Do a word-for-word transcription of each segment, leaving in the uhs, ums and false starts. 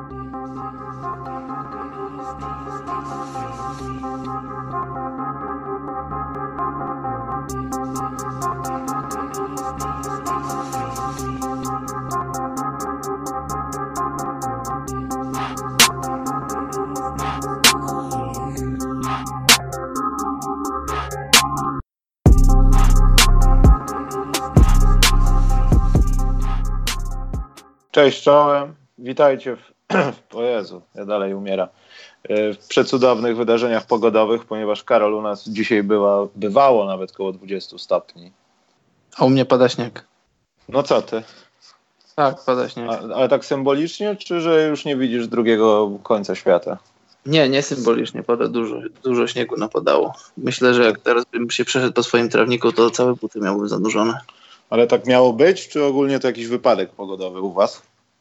Cześć czołem, witajcie w, o Jezu, ja dalej umieram, w przecudownych wydarzeniach pogodowych, ponieważ Karol u nas dzisiaj była, bywało nawet koło dwudziestu stopni. A u mnie pada śnieg. No co ty? Tak, pada śnieg. A, ale tak symbolicznie, czy że już nie widzisz drugiego końca świata? Nie, nie symbolicznie, pada dużo, dużo śniegu napadało. Myślę, że jak teraz bym się przeszedł po swoim trawniku, to całe buty miałbym zanurzone. Ale tak miało być, czy ogólnie to jakiś wypadek pogodowy u was?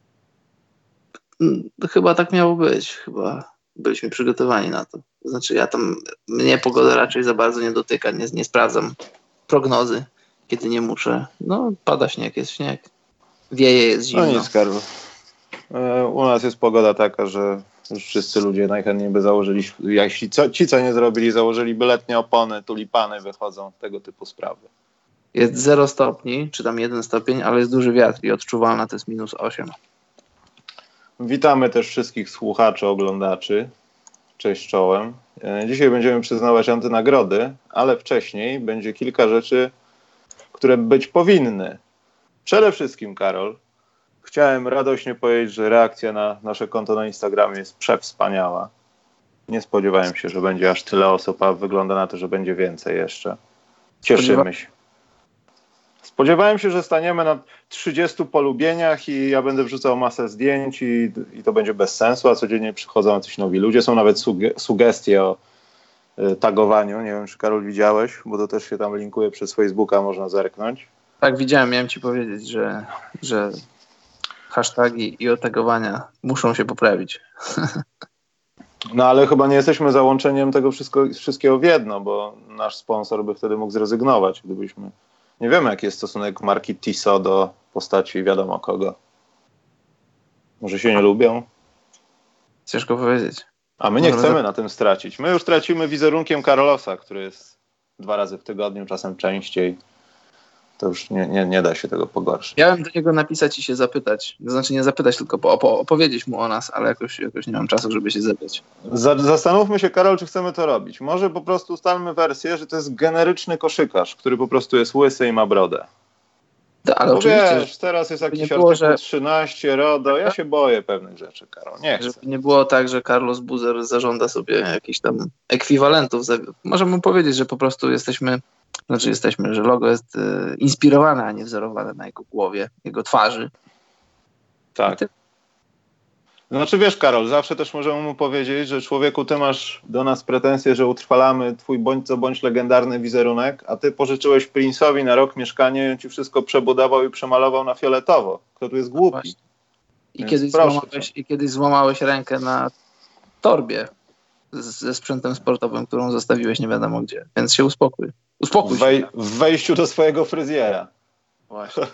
Chyba tak miało być. Chyba byliśmy przygotowani na to. Znaczy ja tam, mnie pogoda raczej za bardzo nie dotyka, nie, nie sprawdzam prognozy, kiedy nie muszę. No, pada śnieg, jest śnieg. Wieje, jest zimno. No nic, Karol. E, u nas jest pogoda taka, że już wszyscy ludzie najchętniej by założyli, jeśli co, ci co nie zrobili, założyliby letnie opony, tulipany wychodzą, tego typu sprawy. Jest zero stopni, czy tam jeden stopień, ale jest duży wiatr i odczuwalna to jest minus osiem. Witamy też wszystkich słuchaczy, oglądaczy. Cześć czołem. Dzisiaj będziemy przyznawać antynagrody, ale wcześniej będzie kilka rzeczy, które być powinny. Przede wszystkim, Karol, chciałem radośnie powiedzieć, że reakcja na nasze konto na Instagramie jest przewspaniała. Nie spodziewałem się, że będzie aż tyle osób, a wygląda na to, że będzie więcej jeszcze. Cieszymy się. Spodziewałem się, że staniemy na trzydziestu polubieniach i ja będę wrzucał masę zdjęć i, i to będzie bez sensu, a codziennie przychodzą jacyś nowi ludzie. Są nawet suge- sugestie o y, tagowaniu. Nie wiem, czy Karol widziałeś, bo to też się tam linkuje przez Facebooka, można zerknąć. Tak, widziałem. Miałem ci powiedzieć, że, że hasztagi i otagowania muszą się poprawić. No ale chyba nie jesteśmy załączeniem tego wszystko, wszystkiego w jedno, bo nasz sponsor by wtedy mógł zrezygnować, gdybyśmy... Nie wiemy, jaki jest stosunek marki Tissot do postaci wiadomo kogo. Może się nie lubią? Ciężko powiedzieć. A my nie Może chcemy za... na tym stracić. My już tracimy wizerunkiem Carlosa, który jest dwa razy w tygodniu, czasem częściej. To już nie, nie, nie da się tego pogorszyć. Miałem do niego napisać i się zapytać. To znaczy nie zapytać, tylko po, opowiedzieć mu o nas, ale jakoś, jakoś nie mam czasu, żeby się zapytać. Zastanówmy się, Karol, czy chcemy to robić. Może po prostu ustalmy wersję, że to jest generyczny koszykarz, który po prostu jest łysy i ma brodę. To, ale no oczywiście, wiesz, teraz jest jakiś było, artykuł że... trzynaście, RODO. Ja się boję pewnych rzeczy, Karol. Nie chcę. Żeby nie było tak, że Carlos Boozer zażąda sobie jakichś tam ekwiwalentów. Możemy mu powiedzieć, że po prostu jesteśmy, znaczy jesteśmy, że logo jest e, inspirowane, a nie wzorowane na jego głowie, jego twarzy. Tak. Znaczy wiesz, Karol, zawsze też możemy mu powiedzieć, że człowieku, ty masz do nas pretensje, że utrwalamy twój bądź co bądź legendarny wizerunek, a ty pożyczyłeś Prince'owi na rok mieszkanie i on ci wszystko przebudował i przemalował na fioletowo. Kto tu jest głupi? I kiedyś, złamałeś, I kiedyś złamałeś rękę na torbie z, ze sprzętem sportowym, którą zostawiłeś nie wiadomo gdzie. Więc się uspokój. Uspokój w wej- się. W wejściu do swojego fryzjera. Właśnie.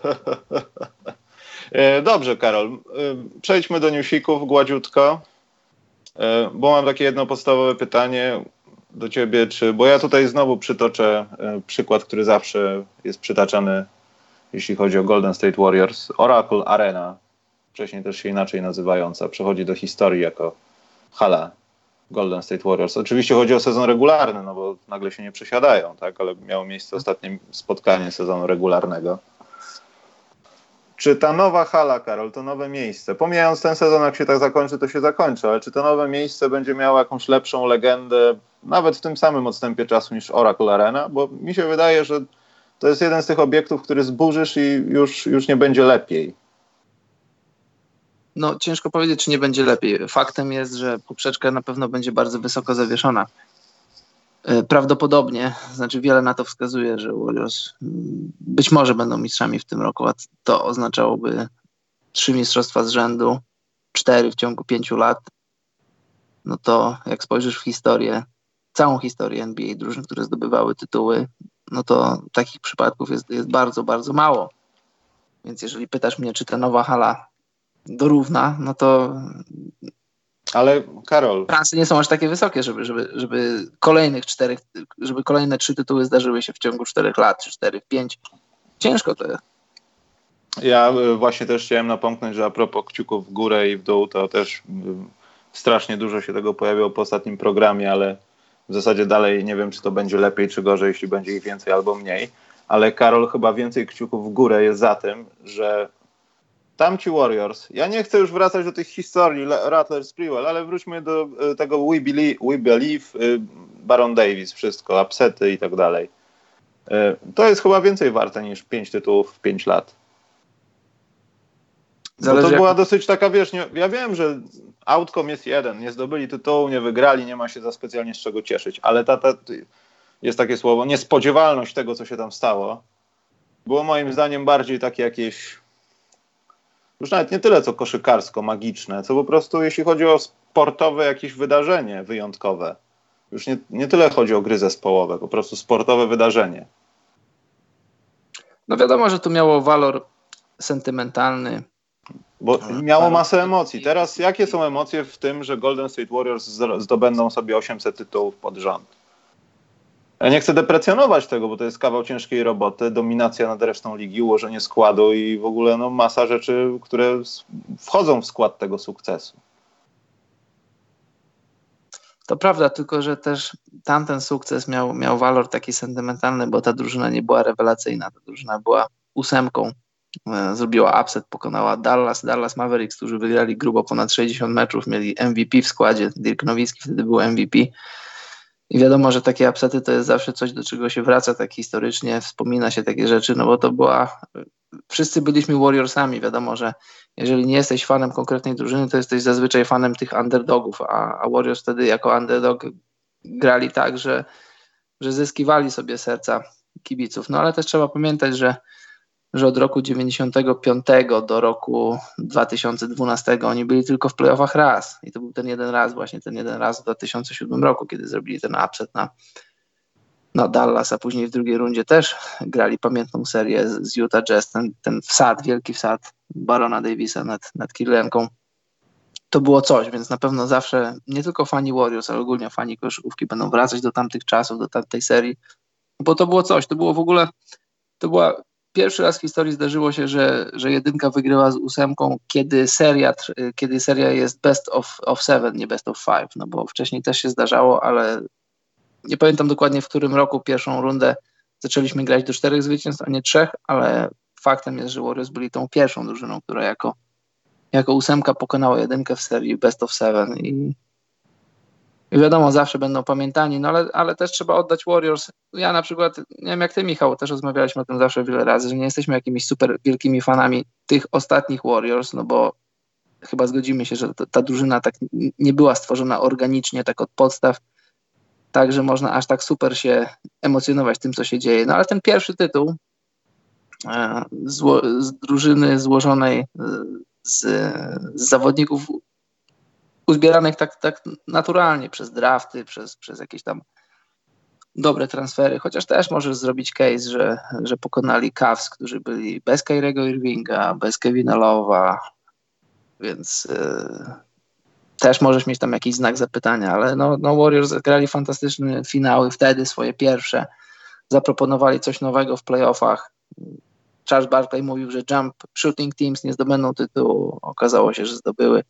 Dobrze, Karol. Przejdźmy do newsików gładziutko, bo mam takie jedno podstawowe pytanie do ciebie, czy, bo ja tutaj znowu przytoczę przykład, który zawsze jest przytaczany, jeśli chodzi o Golden State Warriors. Oracle Arena, wcześniej też się inaczej nazywająca, przechodzi do historii jako hala Golden State Warriors. Oczywiście chodzi o sezon regularny, no bo nagle się nie przesiadają, tak, ale miało miejsce ostatnie spotkanie sezonu regularnego. Czy ta nowa hala, Karol, to nowe miejsce, pomijając ten sezon, jak się tak zakończy, to się zakończy, ale czy to nowe miejsce będzie miało jakąś lepszą legendę, nawet w tym samym odstępie czasu niż Oracle Arena? Bo mi się wydaje, że to jest jeden z tych obiektów, który zburzysz i już, już nie będzie lepiej. No ciężko powiedzieć, czy nie będzie lepiej. Faktem jest, że poprzeczka na pewno będzie bardzo wysoko zawieszona. Prawdopodobnie, znaczy wiele na to wskazuje, że Warriors być może będą mistrzami w tym roku, a to oznaczałoby trzy mistrzostwa z rzędu, cztery w ciągu pięciu lat. No to jak spojrzysz w historię, całą historię N B A, drużyn, które zdobywały tytuły, no to takich przypadków jest, jest bardzo, bardzo mało. Więc jeżeli pytasz mnie, czy ta nowa hala dorówna, no to ale Karol, szanse nie są aż takie wysokie, żeby, żeby, żeby kolejnych czterech, żeby kolejne trzy tytuły zdarzyły się w ciągu czterech lat, czy czterech, pięć. Ciężko to jest. ja właśnie też chciałem napomknąć, że a propos kciuków w górę i w dół, to też strasznie dużo się tego pojawiło po ostatnim programie, ale w zasadzie dalej nie wiem, czy to będzie lepiej, czy gorzej, jeśli będzie ich więcej albo mniej. Ale Karol, chyba więcej kciuków w górę jest za tym, że tamci Warriors, ja nie chcę już wracać do tych historii Rattler, Sprewell, ale wróćmy do tego We Believe, We Believe Baron Davis, wszystko, upsety i tak dalej. To jest chyba więcej warte niż pięć tytułów w pięć lat. Zależy, bo to była jak... dosyć taka, wiesz, nie, ja wiem, że outcome jest jeden, nie zdobyli tytułu, nie wygrali, nie ma się za specjalnie z czego cieszyć, ale ta, ta, jest takie słowo, niespodziewalność tego, co się tam stało, było moim zdaniem bardziej takie jakieś, już nawet nie tyle co koszykarsko, magiczne, co po prostu jeśli chodzi o sportowe jakieś wydarzenie wyjątkowe. Już nie, nie tyle chodzi o gry zespołowe, po prostu sportowe wydarzenie. No wiadomo, że tu miało walor sentymentalny. Bo miało masę emocji. Teraz jakie są emocje w tym, że Golden State Warriors zdobędą sobie osiemset tytułów pod rząd? Ja nie chcę deprecjonować tego, bo to jest kawał ciężkiej roboty, dominacja nad resztą ligi, ułożenie składu i w ogóle no, masa rzeczy, które wchodzą w skład tego sukcesu. To prawda, tylko że też tamten sukces miał, miał walor taki sentymentalny, bo ta drużyna nie była rewelacyjna. Ta drużyna była ósemką. Zrobiła upset, pokonała Dallas, Dallas Mavericks, którzy wygrali grubo ponad sześćdziesiąt meczów, mieli M V P w składzie, Dirk Nowicki wtedy był M V P i wiadomo, że takie upsety to jest zawsze coś, do czego się wraca tak historycznie, wspomina się takie rzeczy, no bo to była, wszyscy byliśmy Warriorsami, wiadomo, że jeżeli nie jesteś fanem konkretnej drużyny, to jesteś zazwyczaj fanem tych underdogów, a, a Warriors wtedy jako underdog grali tak, że, że zyskiwali sobie serca kibiców, no ale też trzeba pamiętać, że że od roku dziewięćdziesiątego piątego do roku dwa tysiące dwunastego oni byli tylko w playoffach raz. I to był ten jeden raz, właśnie ten jeden raz w dwa tysiące siódmym roku, kiedy zrobili ten upset na, na Dallas, a później w drugiej rundzie też grali pamiętną serię z, z Utah Jazz, ten, ten wsad, wielki wsad Barona Davisa nad, nad Kirlenką. To było coś, więc na pewno zawsze nie tylko fani Warriors, ale ogólnie fani koszykówki będą wracać do tamtych czasów, do tamtej serii, bo to było coś, to było w ogóle, to była pierwszy raz w historii zdarzyło się, że, że jedynka wygrywa z ósemką, kiedy seria, kiedy seria jest best of, of seven, nie best of five, no bo wcześniej też się zdarzało, ale nie pamiętam dokładnie, w którym roku pierwszą rundę zaczęliśmy grać do czterech zwycięstw, a nie trzech, ale faktem jest, że Warriors byli tą pierwszą drużyną, która jako, jako ósemka pokonała jedynkę w serii best of seven i I wiadomo, zawsze będą pamiętani, no ale, ale też trzeba oddać Warriors. Ja na przykład, nie wiem jak ty, Michał, też rozmawialiśmy o tym zawsze wiele razy, że nie jesteśmy jakimiś super wielkimi fanami tych ostatnich Warriors, no bo chyba zgodzimy się, że ta, ta drużyna tak nie była stworzona organicznie, tak od podstaw, tak, że można aż tak super się emocjonować tym, co się dzieje. No ale ten pierwszy tytuł e, zło, z drużyny złożonej z, z zawodników uzbieranych tak, tak naturalnie przez drafty, przez, przez jakieś tam dobre transfery, chociaż też możesz zrobić case, że, że pokonali Cavs, którzy byli bez Kyriego Irvinga, bez Kevina Love'a, więc yy, też możesz mieć tam jakiś znak zapytania, ale no, no Warriors grali fantastyczne finały, wtedy swoje pierwsze, zaproponowali coś nowego w playoffach. Charles Barkley mówił, że jump shooting teams nie zdobędą tytułu, okazało się, że zdobyły.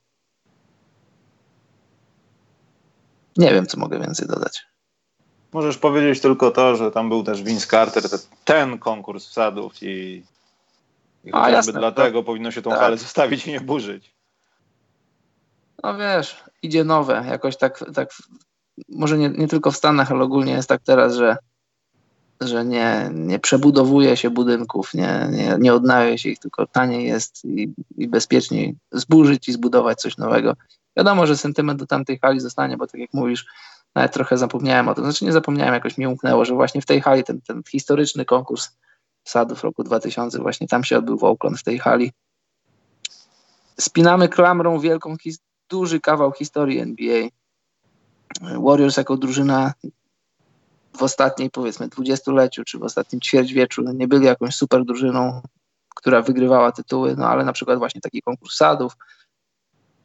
Nie wiem, co mogę więcej dodać. Możesz powiedzieć tylko to, że tam był też Vince Carter, ten konkurs wsadów i, i chociażby jasne, dlatego to, powinno się tą tak. halę zostawić i nie burzyć. No wiesz, idzie nowe. Jakoś tak, tak może nie, nie tylko w Stanach, ale ogólnie jest tak teraz, że, że nie, nie przebudowuje się budynków, nie, nie, nie odnawia się ich, tylko taniej jest i, i bezpieczniej zburzyć i zbudować coś nowego. Wiadomo, że sentyment do tamtej hali zostanie, bo tak jak mówisz, nawet trochę zapomniałem o tym. Znaczy nie zapomniałem, jakoś mi umknęło, że właśnie w tej hali ten, ten historyczny konkurs wsadów roku dwa tysiące właśnie tam się odbył w Oakland, w tej hali. Spinamy klamrą wielką, his- duży kawał historii N B A. Warriors jako drużyna w ostatniej, powiedzmy, dwudziestoleciu, czy w ostatnim ćwierćwieczu nie byli jakąś super drużyną, która wygrywała tytuły, no ale na przykład właśnie taki konkurs wsadów,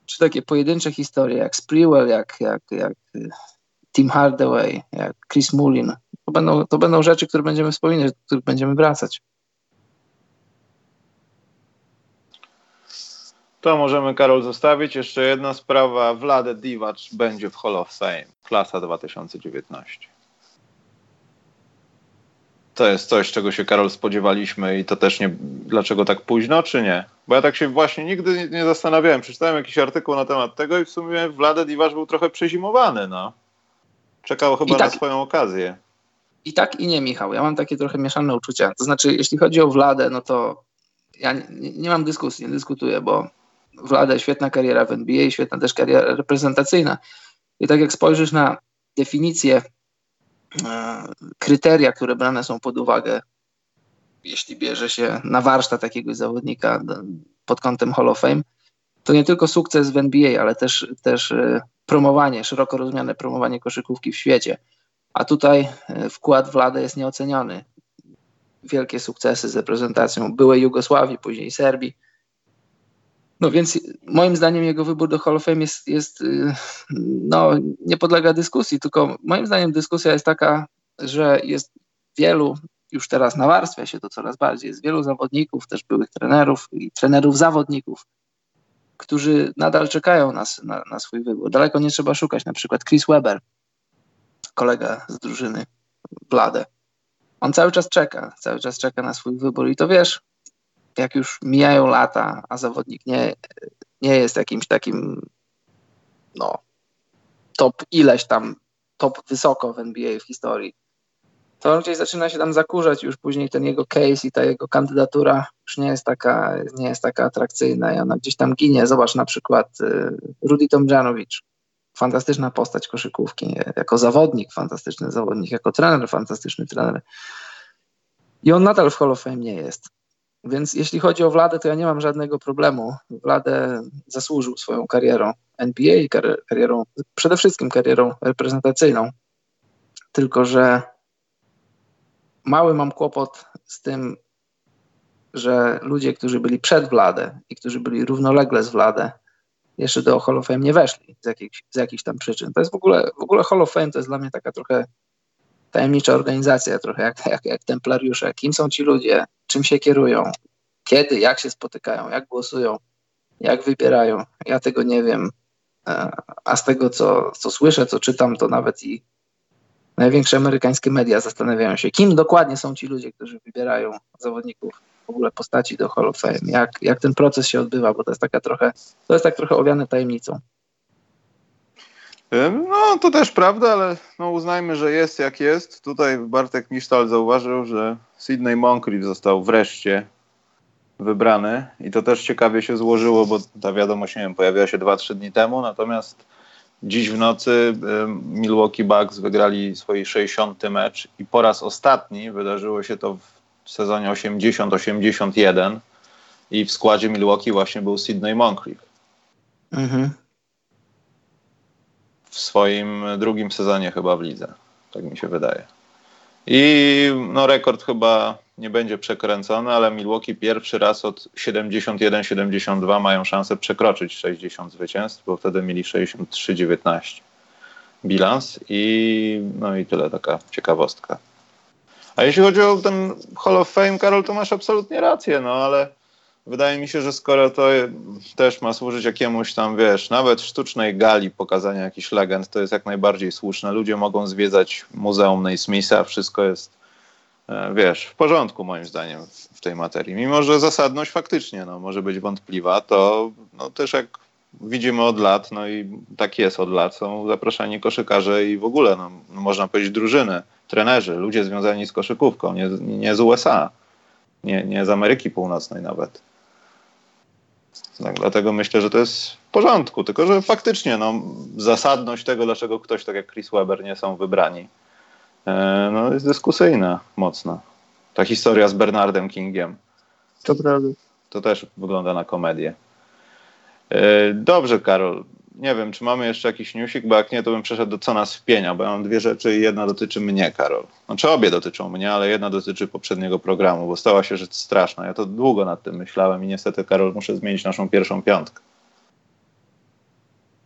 czy takie pojedyncze historie, jak Sprewell, jak, jak, jak Tim Hardaway, jak Chris Mullin, to będą, to będą rzeczy, które będziemy wspominać, do których będziemy wracać. To możemy, Karol, zostawić. Jeszcze jedna sprawa. Vlade Divac będzie w Hall of Fame. Klasa dwa tysiące dziewiętnaście. To jest coś, czego się, Karol, spodziewaliśmy i to też nie... Dlaczego tak późno, czy nie? Bo ja tak się właśnie nigdy nie, nie zastanawiałem. Przeczytałem jakiś artykuł na temat tego i w sumie Vlade Divac był trochę przezimowany, no. Czekał chyba tak, na swoją okazję. I tak i nie, Michał. Ja mam takie trochę mieszane uczucia. To znaczy, jeśli chodzi o Vladę, no to ja nie, nie mam dyskusji, nie dyskutuję, bo Vlade, świetna kariera w N B A, świetna też kariera reprezentacyjna. I tak jak spojrzysz na definicję, e, kryteria, które brane są pod uwagę, jeśli bierze się na warsztat jakiegoś zawodnika pod kątem Hall of Fame, to nie tylko sukces w N B A, ale też, też e, promowanie, szeroko rozumiane promowanie koszykówki w świecie. A tutaj e, wkład Vlade jest nieoceniony. Wielkie sukcesy z reprezentacją byłej Jugosławii, później Serbii. No więc moim zdaniem jego wybór do Hall of Fame jest, jest no, nie podlega dyskusji, tylko moim zdaniem dyskusja jest taka, że jest wielu, już teraz nawarstwia się to coraz bardziej, jest wielu zawodników, też byłych trenerów i trenerów zawodników, którzy nadal czekają na, na, na swój wybór. Daleko nie trzeba szukać, na przykład Chris Webber, kolega z drużyny Vlade. On cały czas czeka, cały czas czeka na swój wybór i to wiesz, jak już mijają lata, a zawodnik nie, nie jest jakimś takim no top ileś tam, top wysoko w N B A w historii, to on gdzieś zaczyna się tam zakurzać, już później ten jego case i ta jego kandydatura już nie jest taka, nie jest taka atrakcyjna i ona gdzieś tam ginie. Zobacz na przykład Rudy Tomjanowicz. Fantastyczna postać koszykówki, jako zawodnik, fantastyczny zawodnik, jako trener, fantastyczny trener. I on nadal w Hall of Fame nie jest. Więc jeśli chodzi o Vladę, to ja nie mam żadnego problemu. Vlade zasłużył swoją karierą N B A, karierą, przede wszystkim karierą reprezentacyjną. Tylko że mały mam kłopot z tym, że ludzie, którzy byli przed Vlade i którzy byli równolegle z Vlade, jeszcze do Hall of Fame nie weszli z jakichś, z jakichś tam przyczyn. To jest w ogóle, w ogóle Hall of Fame to jest dla mnie taka trochę tajemnicza organizacja, trochę jak, jak, jak templariusze. Kim są ci ludzie, czym się kierują, kiedy, jak się spotykają, jak głosują, jak wybierają. Ja tego nie wiem, a z tego, co, co słyszę, co czytam, to nawet i największe amerykańskie media zastanawiają się, kim dokładnie są ci ludzie, którzy wybierają zawodników, w ogóle postaci do Hall of Fame, jak, jak ten proces się odbywa, bo to jest taka trochę, to jest tak trochę owiane tajemnicą. No, to też prawda, ale no, uznajmy, że jest jak jest. Tutaj Bartek Misztal zauważył, że Sidney Moncrief został wreszcie wybrany i to też ciekawie się złożyło, bo ta wiadomość, nie wiem, pojawiła się dwa trzy dni temu, natomiast dziś w nocy Milwaukee Bucks wygrali swój sześćdziesiąty mecz i po raz ostatni wydarzyło się to w sezonie osiemdziesiąt osiemdziesiąt jeden i w składzie Milwaukee właśnie był Sidney Moncrief. Mhm. W swoim drugim sezonie chyba w lidze. Tak mi się wydaje. I no rekord chyba nie będzie przekręcony, ale Milwaukee pierwszy raz od siedemdziesiąt jeden siedemdziesiąt dwa mają szansę przekroczyć sześćdziesiąt zwycięstw, bo wtedy mieli sześćdziesiąt trzy dziewiętnaście bilans i no i tyle, taka ciekawostka. A jeśli chodzi o ten Hall of Fame, Karol, to masz absolutnie rację, no ale wydaje mi się, że skoro to też ma służyć jakiemuś tam, wiesz, nawet sztucznej gali pokazania jakichś legend, to jest jak najbardziej słuszne. Ludzie mogą zwiedzać Muzeum Naismitha, wszystko jest, wiesz, w porządku moim zdaniem w tej materii. Mimo że zasadność faktycznie no, może być wątpliwa, to no, też jak widzimy od lat, no i tak jest od lat, są zapraszani koszykarze i w ogóle, no, można powiedzieć drużyny, trenerzy, ludzie związani z koszykówką, nie, nie z U S A, nie, nie z Ameryki Północnej nawet. Tak, dlatego myślę, że to jest w porządku, tylko że faktycznie no, zasadność tego, dlaczego ktoś tak jak Chris Webber nie są wybrani, e, no, jest dyskusyjna mocno. Ta historia z Bernardem Kingiem. To prawda. To też wygląda na komedię. E, dobrze, Karol. Nie wiem, czy mamy jeszcze jakiś newsik, bo jak nie, to bym przeszedł do co nas wpienia, bo ja mam dwie rzeczy i jedna dotyczy mnie, Karol. Znaczy obie dotyczą mnie, ale jedna dotyczy poprzedniego programu, bo stała się rzecz straszna. Ja to długo nad tym myślałem i niestety, Karol, muszę zmienić naszą pierwszą piątkę.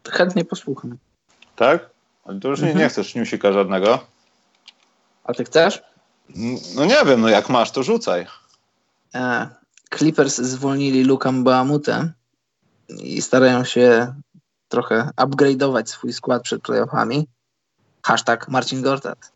chętnie posłucham. Tak? Ale to już mhm. nie, nie chcesz newsika żadnego. A ty chcesz? No nie wiem, no jak masz, to rzucaj. E, Clippers zwolnili Luka Mbamutę i starają się trochę upgrade'ować swój skład przed playoffami. Hashtag Marcin Gortat.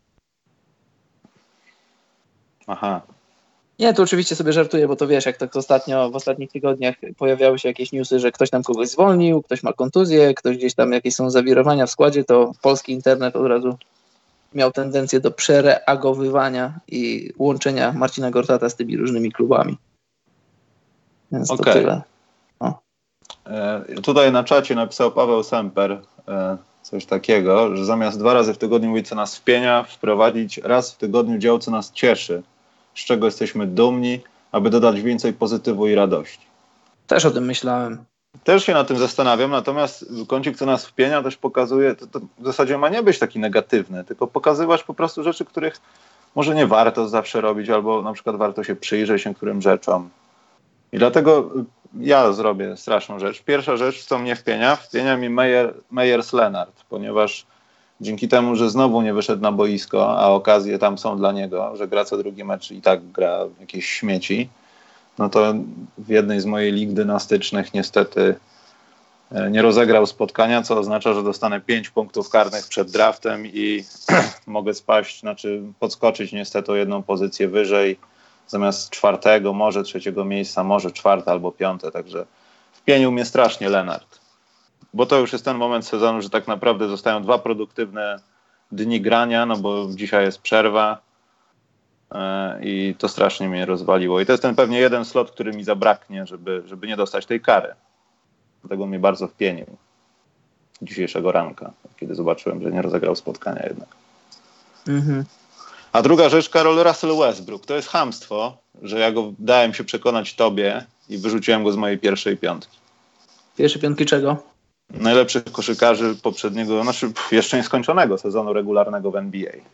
Aha. Nie, tu oczywiście sobie żartuję, bo to wiesz, jak tak ostatnio, w ostatnich tygodniach pojawiały się jakieś newsy, że ktoś tam kogoś zwolnił, ktoś ma kontuzję, ktoś gdzieś tam jakieś są zawirowania w składzie, to polski internet od razu miał tendencję do przereagowywania i łączenia Marcina Gortata z tymi różnymi klubami. Więc to okay. tyle. O. E, tutaj na czacie napisał Paweł Semper e, coś takiego, że zamiast dwa razy w tygodniu mówić, co nas wpienia, wprowadzić raz w tygodniu dział, co nas cieszy, z czego jesteśmy dumni, aby dodać więcej pozytywu i radości. Też o tym myślałem. Też się nad tym zastanawiam, natomiast kącik, co nas wpienia, też pokazuje, to, to w zasadzie ma nie być taki negatywny, tylko pokazywać po prostu rzeczy, których może nie warto zawsze robić, albo na przykład warto się przyjrzeć niektórym rzeczom. I dlatego ja zrobię straszną rzecz. Pierwsza rzecz, co mnie wpienia, wpienia mi Meyer, Meyers Leonard, ponieważ dzięki temu, że znowu nie wyszedł na boisko, a okazje tam są dla niego, że gra co drugi mecz i tak gra w jakieś śmieci, no to w jednej z mojej lig dynastycznych niestety nie rozegrał spotkania, co oznacza, że dostanę pięć punktów karnych przed draftem i mogę spaść, znaczy podskoczyć niestety o jedną pozycję wyżej, zamiast czwartego, może trzeciego miejsca, może czwarte albo piąte, także wpienił mnie strasznie Leonard. Bo to już jest ten moment sezonu, że tak naprawdę zostają dwa produktywne dni grania, no bo dzisiaj jest przerwa yy, i to strasznie mnie rozwaliło. I to jest ten pewnie jeden slot, który mi zabraknie, żeby, żeby nie dostać tej kary. Dlatego mnie bardzo wpienił dzisiejszego ranka, kiedy zobaczyłem, że nie rozegrał spotkania jednak. Mhm. A druga rzecz, Karol, Russell Westbrook. To jest chamstwo, że ja go dałem się przekonać tobie i wyrzuciłem go z mojej pierwszej piątki. Pierwszej piątki czego? Najlepszych koszykarzy poprzedniego, znaczy jeszcze nieskończonego sezonu regularnego w N B A.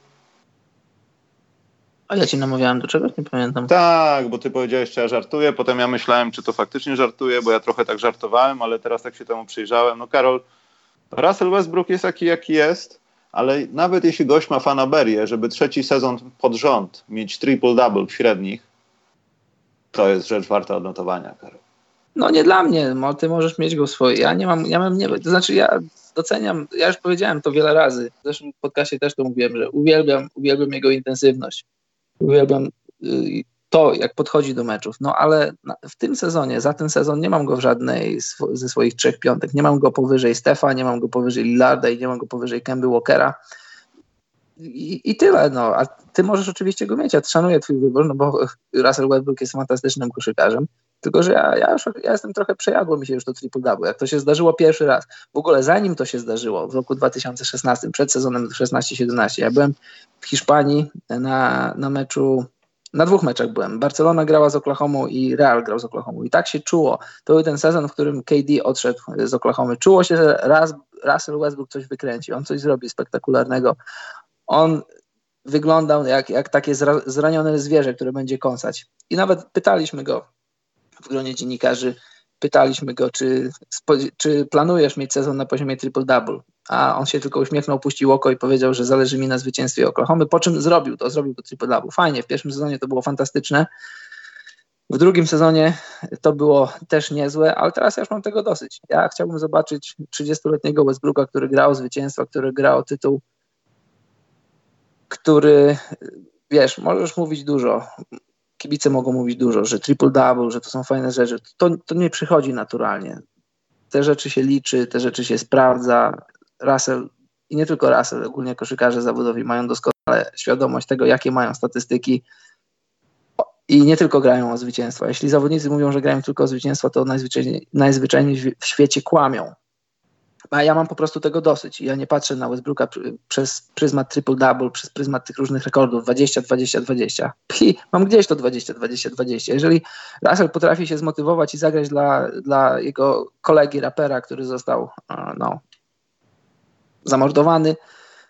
A ja ci namawiałem do czegoś? Nie pamiętam. Tak, bo ty powiedziałeś, czy ja żartuję, potem ja myślałem, czy to faktycznie żartuję, bo ja trochę tak żartowałem, ale teraz tak się temu przyjrzałem. No Karol, Russell Westbrook jest jaki, jaki jest, ale nawet jeśli gość ma fanaberię, żeby trzeci sezon pod rząd mieć triple-double w średnich, to jest rzecz warta odnotowania, Karol. No nie dla mnie, ty możesz mieć go swojej. Ja nie mam, ja mam, nie, to znaczy ja doceniam, ja już powiedziałem to wiele razy, w zeszłym podcastie też to mówiłem, że uwielbiam, uwielbiam jego intensywność. Uwielbiam y, to, jak podchodzi do meczów. No ale na, w tym sezonie, za ten sezon nie mam go w żadnej sw- ze swoich trzech piątek. Nie mam go powyżej Stefa, nie mam go powyżej Lillarda i nie mam go powyżej Kemby Walkera. I, I tyle, no. A ty możesz oczywiście go mieć. Ja szanuję twój wybór, no bo Russell Westbrook jest fantastycznym koszykarzem. Tylko, że ja, ja, już, ja jestem trochę, przejadło mi się już to triple-double. Jak to się zdarzyło pierwszy raz. W ogóle zanim to się zdarzyło w roku dwa tysiące szesnastym, przed sezonem szesnaście siedemnaście, ja byłem w Hiszpanii na, na meczu, na dwóch meczach byłem. Barcelona grała z Oklahomą i Real grał z Oklahomą. I tak się czuło. To był ten sezon, w którym K D odszedł z Oklahomy. Czuło się, że raz Russell Westbrook coś wykręci. On coś zrobi spektakularnego. On wyglądał jak, jak takie zra, zranione zwierzę, które będzie kąsać. I nawet pytaliśmy go w gronie dziennikarzy, pytaliśmy go, czy, czy planujesz mieć sezon na poziomie triple-double, a on się tylko uśmiechnął, opuścił oko i powiedział, że zależy mi na zwycięstwie Oklahomy, po czym zrobił to, zrobił to triple-double. Fajnie, w pierwszym sezonie to było fantastyczne, w drugim sezonie to było też niezłe, ale teraz ja już mam tego dosyć. Ja chciałbym zobaczyć trzydziestoletniego Westbrooka, który gra o zwycięstwa, który gra o tytuł, który, wiesz, możesz mówić dużo, kibice mogą mówić dużo, że triple-double, że to są fajne rzeczy. To, to nie przychodzi naturalnie. Te rzeczy się liczy, te rzeczy się sprawdza. Russell i nie tylko Russell, ogólnie koszykarze zawodowi mają doskonale świadomość tego, jakie mają statystyki i nie tylko grają o zwycięstwa. Jeśli zawodnicy mówią, że grają tylko o zwycięstwa, to najzwyczajniej, najzwyczajniej w świecie kłamią. A ja mam po prostu tego dosyć. Ja nie patrzę na Westbrooka przez pryzmat triple-double, przez pryzmat tych różnych rekordów dwadzieścia, dwadzieścia, dwadzieścia. Pchi, mam gdzieś to dwadzieścia, dwadzieścia, dwadzieścia. Jeżeli Russell potrafi się zmotywować i zagrać dla, dla jego kolegi rapera, który został no, zamordowany,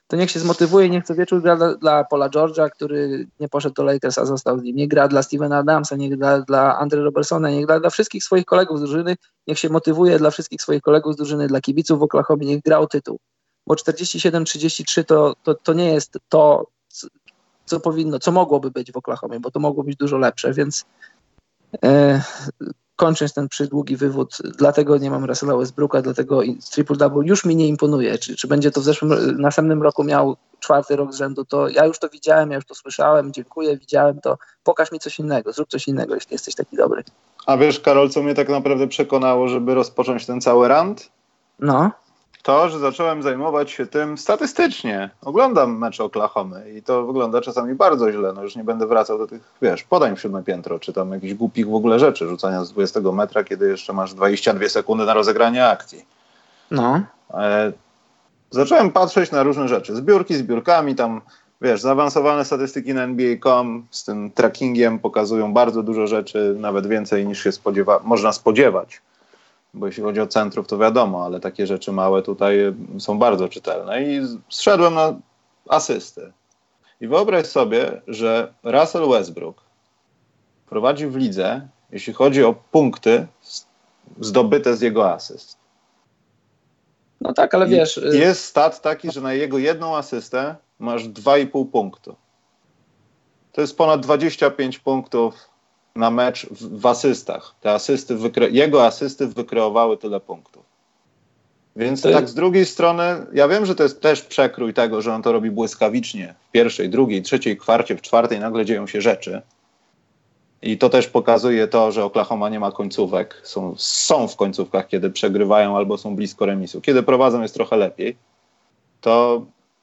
to niech się zmotywuje, niech co wieczór gra dla, dla Paula George'a, który nie poszedł do Lakers, a został z nim. Niech gra dla Stevena Adamsa, niech gra dla Andre Robertsona, niech gra dla wszystkich swoich kolegów z drużyny, niech się motywuje dla wszystkich swoich kolegów z drużyny, dla kibiców w Oklahomie, niech gra o tytuł. Bo czterdzieści siedem trzydzieści trzy to, to, to nie jest to, co powinno, co mogłoby być w Oklahomie, bo to mogło być dużo lepsze, więc e, kończąc ten przydługi wywód, dlatego nie mam Russella Westbrooka, dlatego triple-double już mi nie imponuje. Czy, czy będzie to w zeszłym, następnym roku miał czwarty rok z rzędu, to ja już to widziałem, ja już to słyszałem, dziękuję, widziałem to. Pokaż mi coś innego, zrób coś innego, jeśli jesteś taki dobry. A wiesz, Karol, co mnie tak naprawdę przekonało, żeby rozpocząć ten cały rant? No. To, że zacząłem zajmować się tym statystycznie. Oglądam mecze Oklahomy i to wygląda czasami bardzo źle. No już nie będę wracał do tych, wiesz, podań w siódme piętro, czy tam jakichś głupich w ogóle rzeczy, rzucania z dwudziestego metra, kiedy jeszcze masz dwadzieścia dwie sekundy na rozegranie akcji. No. E, zacząłem patrzeć na różne rzeczy. Zbiórki zbiórkami, tam, wiesz, zaawansowane statystyki na N B A kropka com z tym trackingiem pokazują bardzo dużo rzeczy, nawet więcej niż się spodziewa- można spodziewać. Bo jeśli chodzi o centrów, to wiadomo, ale takie rzeczy małe tutaj są bardzo czytelne. I zszedłem na asysty. I wyobraź sobie, że Russell Westbrook prowadzi w lidze, jeśli chodzi o punkty zdobyte z jego asyst. No tak, ale I wiesz... jest stat taki, że na jego jedną asystę masz dwa i pół punktu. To jest ponad dwadzieścia pięć punktów na mecz w, w asystach. Te asysty wykre- jego asysty wykreowały tyle punktów. Więc to tak jest... z drugiej strony, ja wiem, że to jest też przekrój tego, że on to robi błyskawicznie. W pierwszej, drugiej, trzeciej kwarcie, w czwartej nagle dzieją się rzeczy. I to też pokazuje to, że Oklahoma nie ma końcówek. Są, są w końcówkach, kiedy przegrywają albo są blisko remisu. Kiedy prowadzą, jest trochę lepiej. To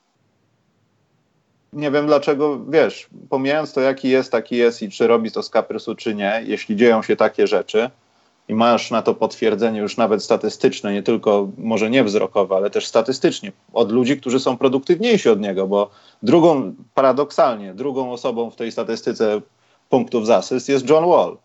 nie wiem dlaczego, wiesz, pomijając to jaki jest, taki jest i czy robi to z kaprysu, czy nie, jeśli dzieją się takie rzeczy i masz na to potwierdzenie już nawet statystyczne, nie tylko może nie wzrokowe, ale też statystycznie od ludzi, którzy są produktywniejsi od niego, bo drugą, paradoksalnie, drugą osobą w tej statystyce punktów z asyst jest John Wall.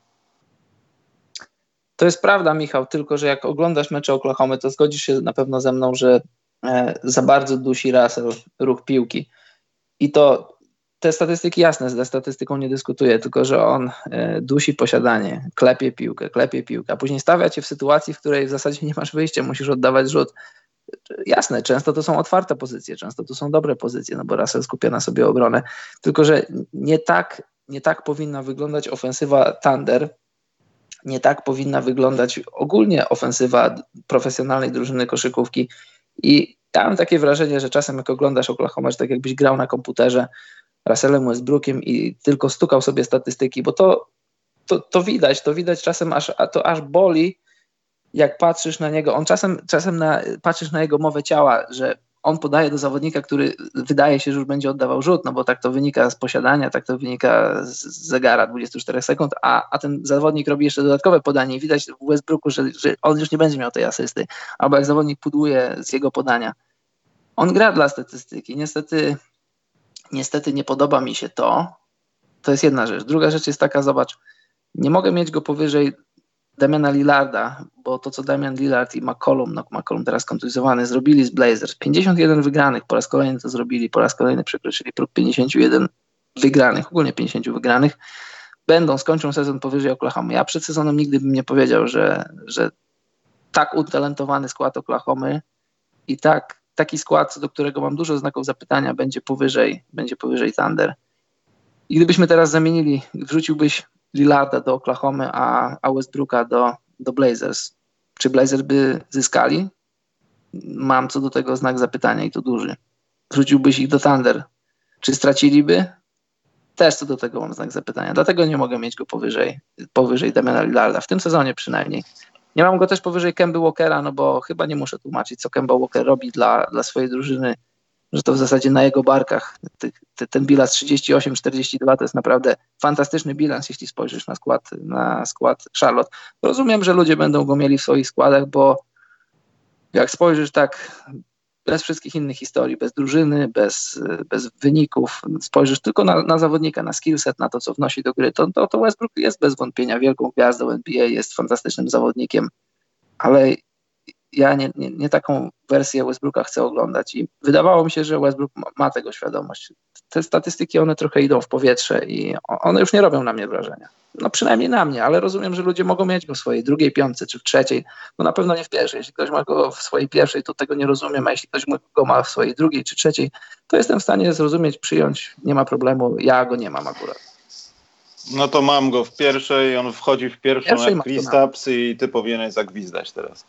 To jest prawda, Michał, tylko że jak oglądasz mecze Oklahomy, to zgodzisz się na pewno ze mną, że e, za bardzo dusi Russell ruch piłki. I to te statystyki jasne, ze statystyką nie dyskutuję, tylko że on e, dusi posiadanie, klepie piłkę, klepie piłkę, a później stawia cię w sytuacji, w której w zasadzie nie masz wyjścia, musisz oddawać rzut. Jasne, często to są otwarte pozycje, często to są dobre pozycje, no bo Russell skupia na sobie obronę, tylko że nie tak, nie tak powinna wyglądać ofensywa Thunder, nie tak powinna wyglądać ogólnie ofensywa profesjonalnej drużyny koszykówki. I ja mam takie wrażenie, że czasem jak oglądasz Oklahoma, że tak jakbyś grał na komputerze Russellem Westbrookiem i tylko stukał sobie statystyki, bo to, to, to widać, to widać czasem aż, a to aż boli, jak patrzysz na niego. On czasem, czasem na, patrzysz na jego mowę ciała, że on podaje do zawodnika, który wydaje się, że już będzie oddawał rzut, no bo tak to wynika z posiadania, tak to wynika z zegara dwudziestu czterech sekund, a, a ten zawodnik robi jeszcze dodatkowe podanie i widać w Westbrooku, że, że on już nie będzie miał tej asysty, albo jak zawodnik pudłuje z jego podania. On gra dla statystyki. Niestety, niestety nie podoba mi się to. To jest jedna rzecz. Druga rzecz jest taka, zobacz, nie mogę mieć go powyżej Damiana Lillarda, bo to, co Damian Lillard i McCollum, no McCollum teraz kontuzjowany, zrobili z Blazers. pięćdziesiąt jeden wygranych, po raz kolejny to zrobili, po raz kolejny przekroczyli próg pięćdziesiąt jeden wygranych, ogólnie pięćdziesiąt wygranych. Będą, skończą sezon powyżej Oklahomy. Ja przed sezonem nigdy bym nie powiedział, że, że tak utalentowany skład Oklahomy i tak, taki skład, do którego mam dużo znaków zapytania, będzie powyżej, będzie powyżej Thunder. I gdybyśmy teraz zamienili, wrzuciłbyś Lillarda do Oklahomy, a, a Westbrooka do, do Blazers. Czy Blazers by zyskali? Mam co do tego znak zapytania i to duży. Wrzuciłbyś ich do Thunder. Czy straciliby? Też co do tego mam znak zapytania. Dlatego nie mogę mieć go powyżej, powyżej Damiana Lillarda. W tym sezonie przynajmniej. Nie mam go też powyżej Kemby Walkera, no bo chyba nie muszę tłumaczyć, co Kemba Walker robi dla, dla swojej drużyny, że to w zasadzie na jego barkach ty, ty, ten bilans trzydzieści osiem czterdzieści dwa to jest naprawdę fantastyczny bilans, jeśli spojrzysz na skład, na skład Charlotte. Rozumiem, że ludzie będą go mieli w swoich składach, bo jak spojrzysz tak bez wszystkich innych historii, bez drużyny, bez, bez wyników, spojrzysz tylko na, na zawodnika, na skillset, na to, co wnosi do gry, to, to, to Westbrook jest bez wątpienia wielką gwiazdą N B A, jest fantastycznym zawodnikiem, ale ja nie, nie, nie taką wersję Westbrooka chcę oglądać i wydawało mi się, że Westbrook ma, ma tego świadomość. Te statystyki, one trochę idą w powietrze i one już nie robią na mnie wrażenia. No przynajmniej na mnie, ale rozumiem, że ludzie mogą mieć go w swojej drugiej piątce czy w trzeciej, no na pewno nie w pierwszej. Jeśli ktoś ma go w swojej pierwszej, to tego nie rozumiem, a jeśli ktoś go ma w swojej drugiej czy trzeciej, to jestem w stanie zrozumieć, przyjąć, nie ma problemu, ja go nie mam akurat. No to mam go w pierwszej, on wchodzi w pierwszą Pierwszej jak Kristaps i ty powinieneś zagwizdać teraz.